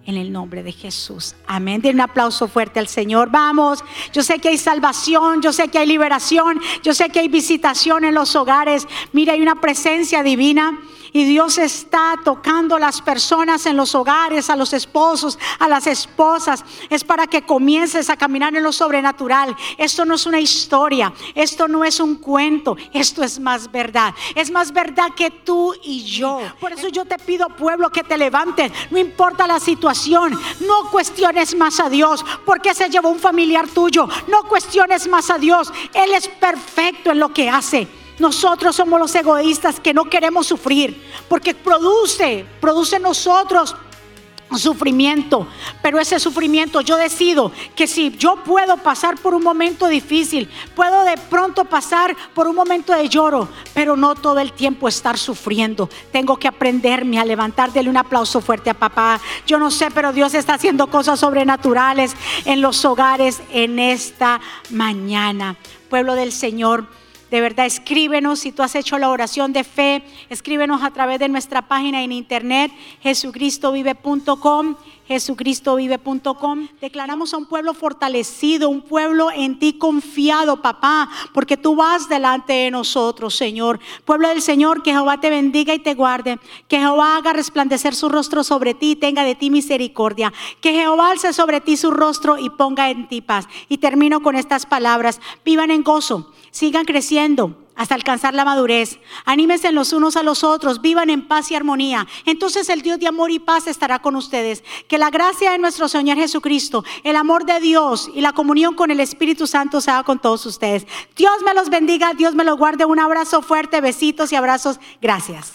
en el nombre de Jesús. Amén. Den un aplauso fuerte al Señor. Vamos. Yo sé que hay salvación, yo sé que hay liberación, yo sé que hay visitación en los hogares. Mira, hay una presencia divina. Y Dios está tocando a las personas en los hogares, a los esposos, a las esposas. Es para que comiences a caminar en lo sobrenatural. Esto no es una historia, esto no es un cuento, esto es más verdad. Es más verdad que tú y yo. Por eso yo te pido, pueblo, que te levantes. No importa la situación, no cuestiones más a Dios. ¿Por qué se llevó un familiar tuyo? No cuestiones más a Dios. Él es perfecto en lo que hace. Nosotros somos los egoístas que no queremos sufrir, porque produce en nosotros sufrimiento. Pero ese sufrimiento, yo decido que si yo puedo pasar por un momento difícil, puedo de pronto pasar por un momento de lloro, pero no todo el tiempo estar sufriendo. Tengo que aprenderme a levantar. Dele un aplauso fuerte a papá. Yo no sé, pero Dios está haciendo cosas sobrenaturales en los hogares en esta mañana. Pueblo del Señor, de verdad, escríbenos si tú has hecho la oración de fe. Escríbenos a través de nuestra página en internet, jesucristovive.com, jesucristovive.com. Declaramos a un pueblo fortalecido, un pueblo en ti confiado, papá, porque tú vas delante de nosotros, Señor. Pueblo del Señor, que Jehová te bendiga y te guarde, que Jehová haga resplandecer su rostro sobre ti y tenga de ti misericordia, que Jehová alce sobre ti su rostro y ponga en ti paz. Y termino con estas palabras: vivan en gozo, sigan creciendo hasta alcanzar la madurez. Anímense los unos a los otros, vivan en paz y armonía. Entonces el Dios de amor y paz estará con ustedes. Que la gracia de nuestro Señor Jesucristo, el amor de Dios y la comunión con el Espíritu Santo sea con todos ustedes. Dios me los bendiga, Dios me los guarde. Un abrazo fuerte, besitos y abrazos. Gracias.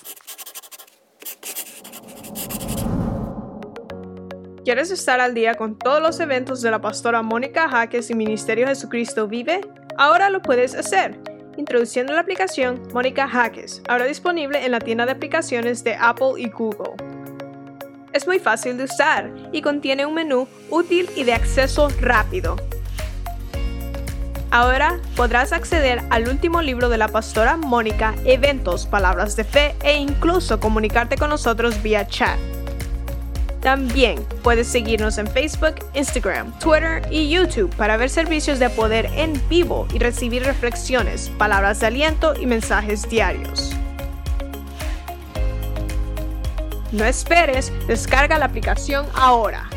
¿Quieres estar al día con todos los eventos de la pastora Mónica Jaques y Ministerio Jesucristo Vive? Ahora lo puedes hacer introduciendo la aplicación Mónica Jaques, ahora disponible en la tienda de aplicaciones de Apple y Google. Es muy fácil de usar y contiene un menú útil y de acceso rápido. Ahora podrás acceder al último libro de la pastora Mónica, eventos, palabras de fe e incluso comunicarte con nosotros vía chat. También puedes seguirnos en Facebook, Instagram, Twitter y YouTube para ver servicios de poder en vivo y recibir reflexiones, palabras de aliento y mensajes diarios. No esperes, descarga la aplicación ahora.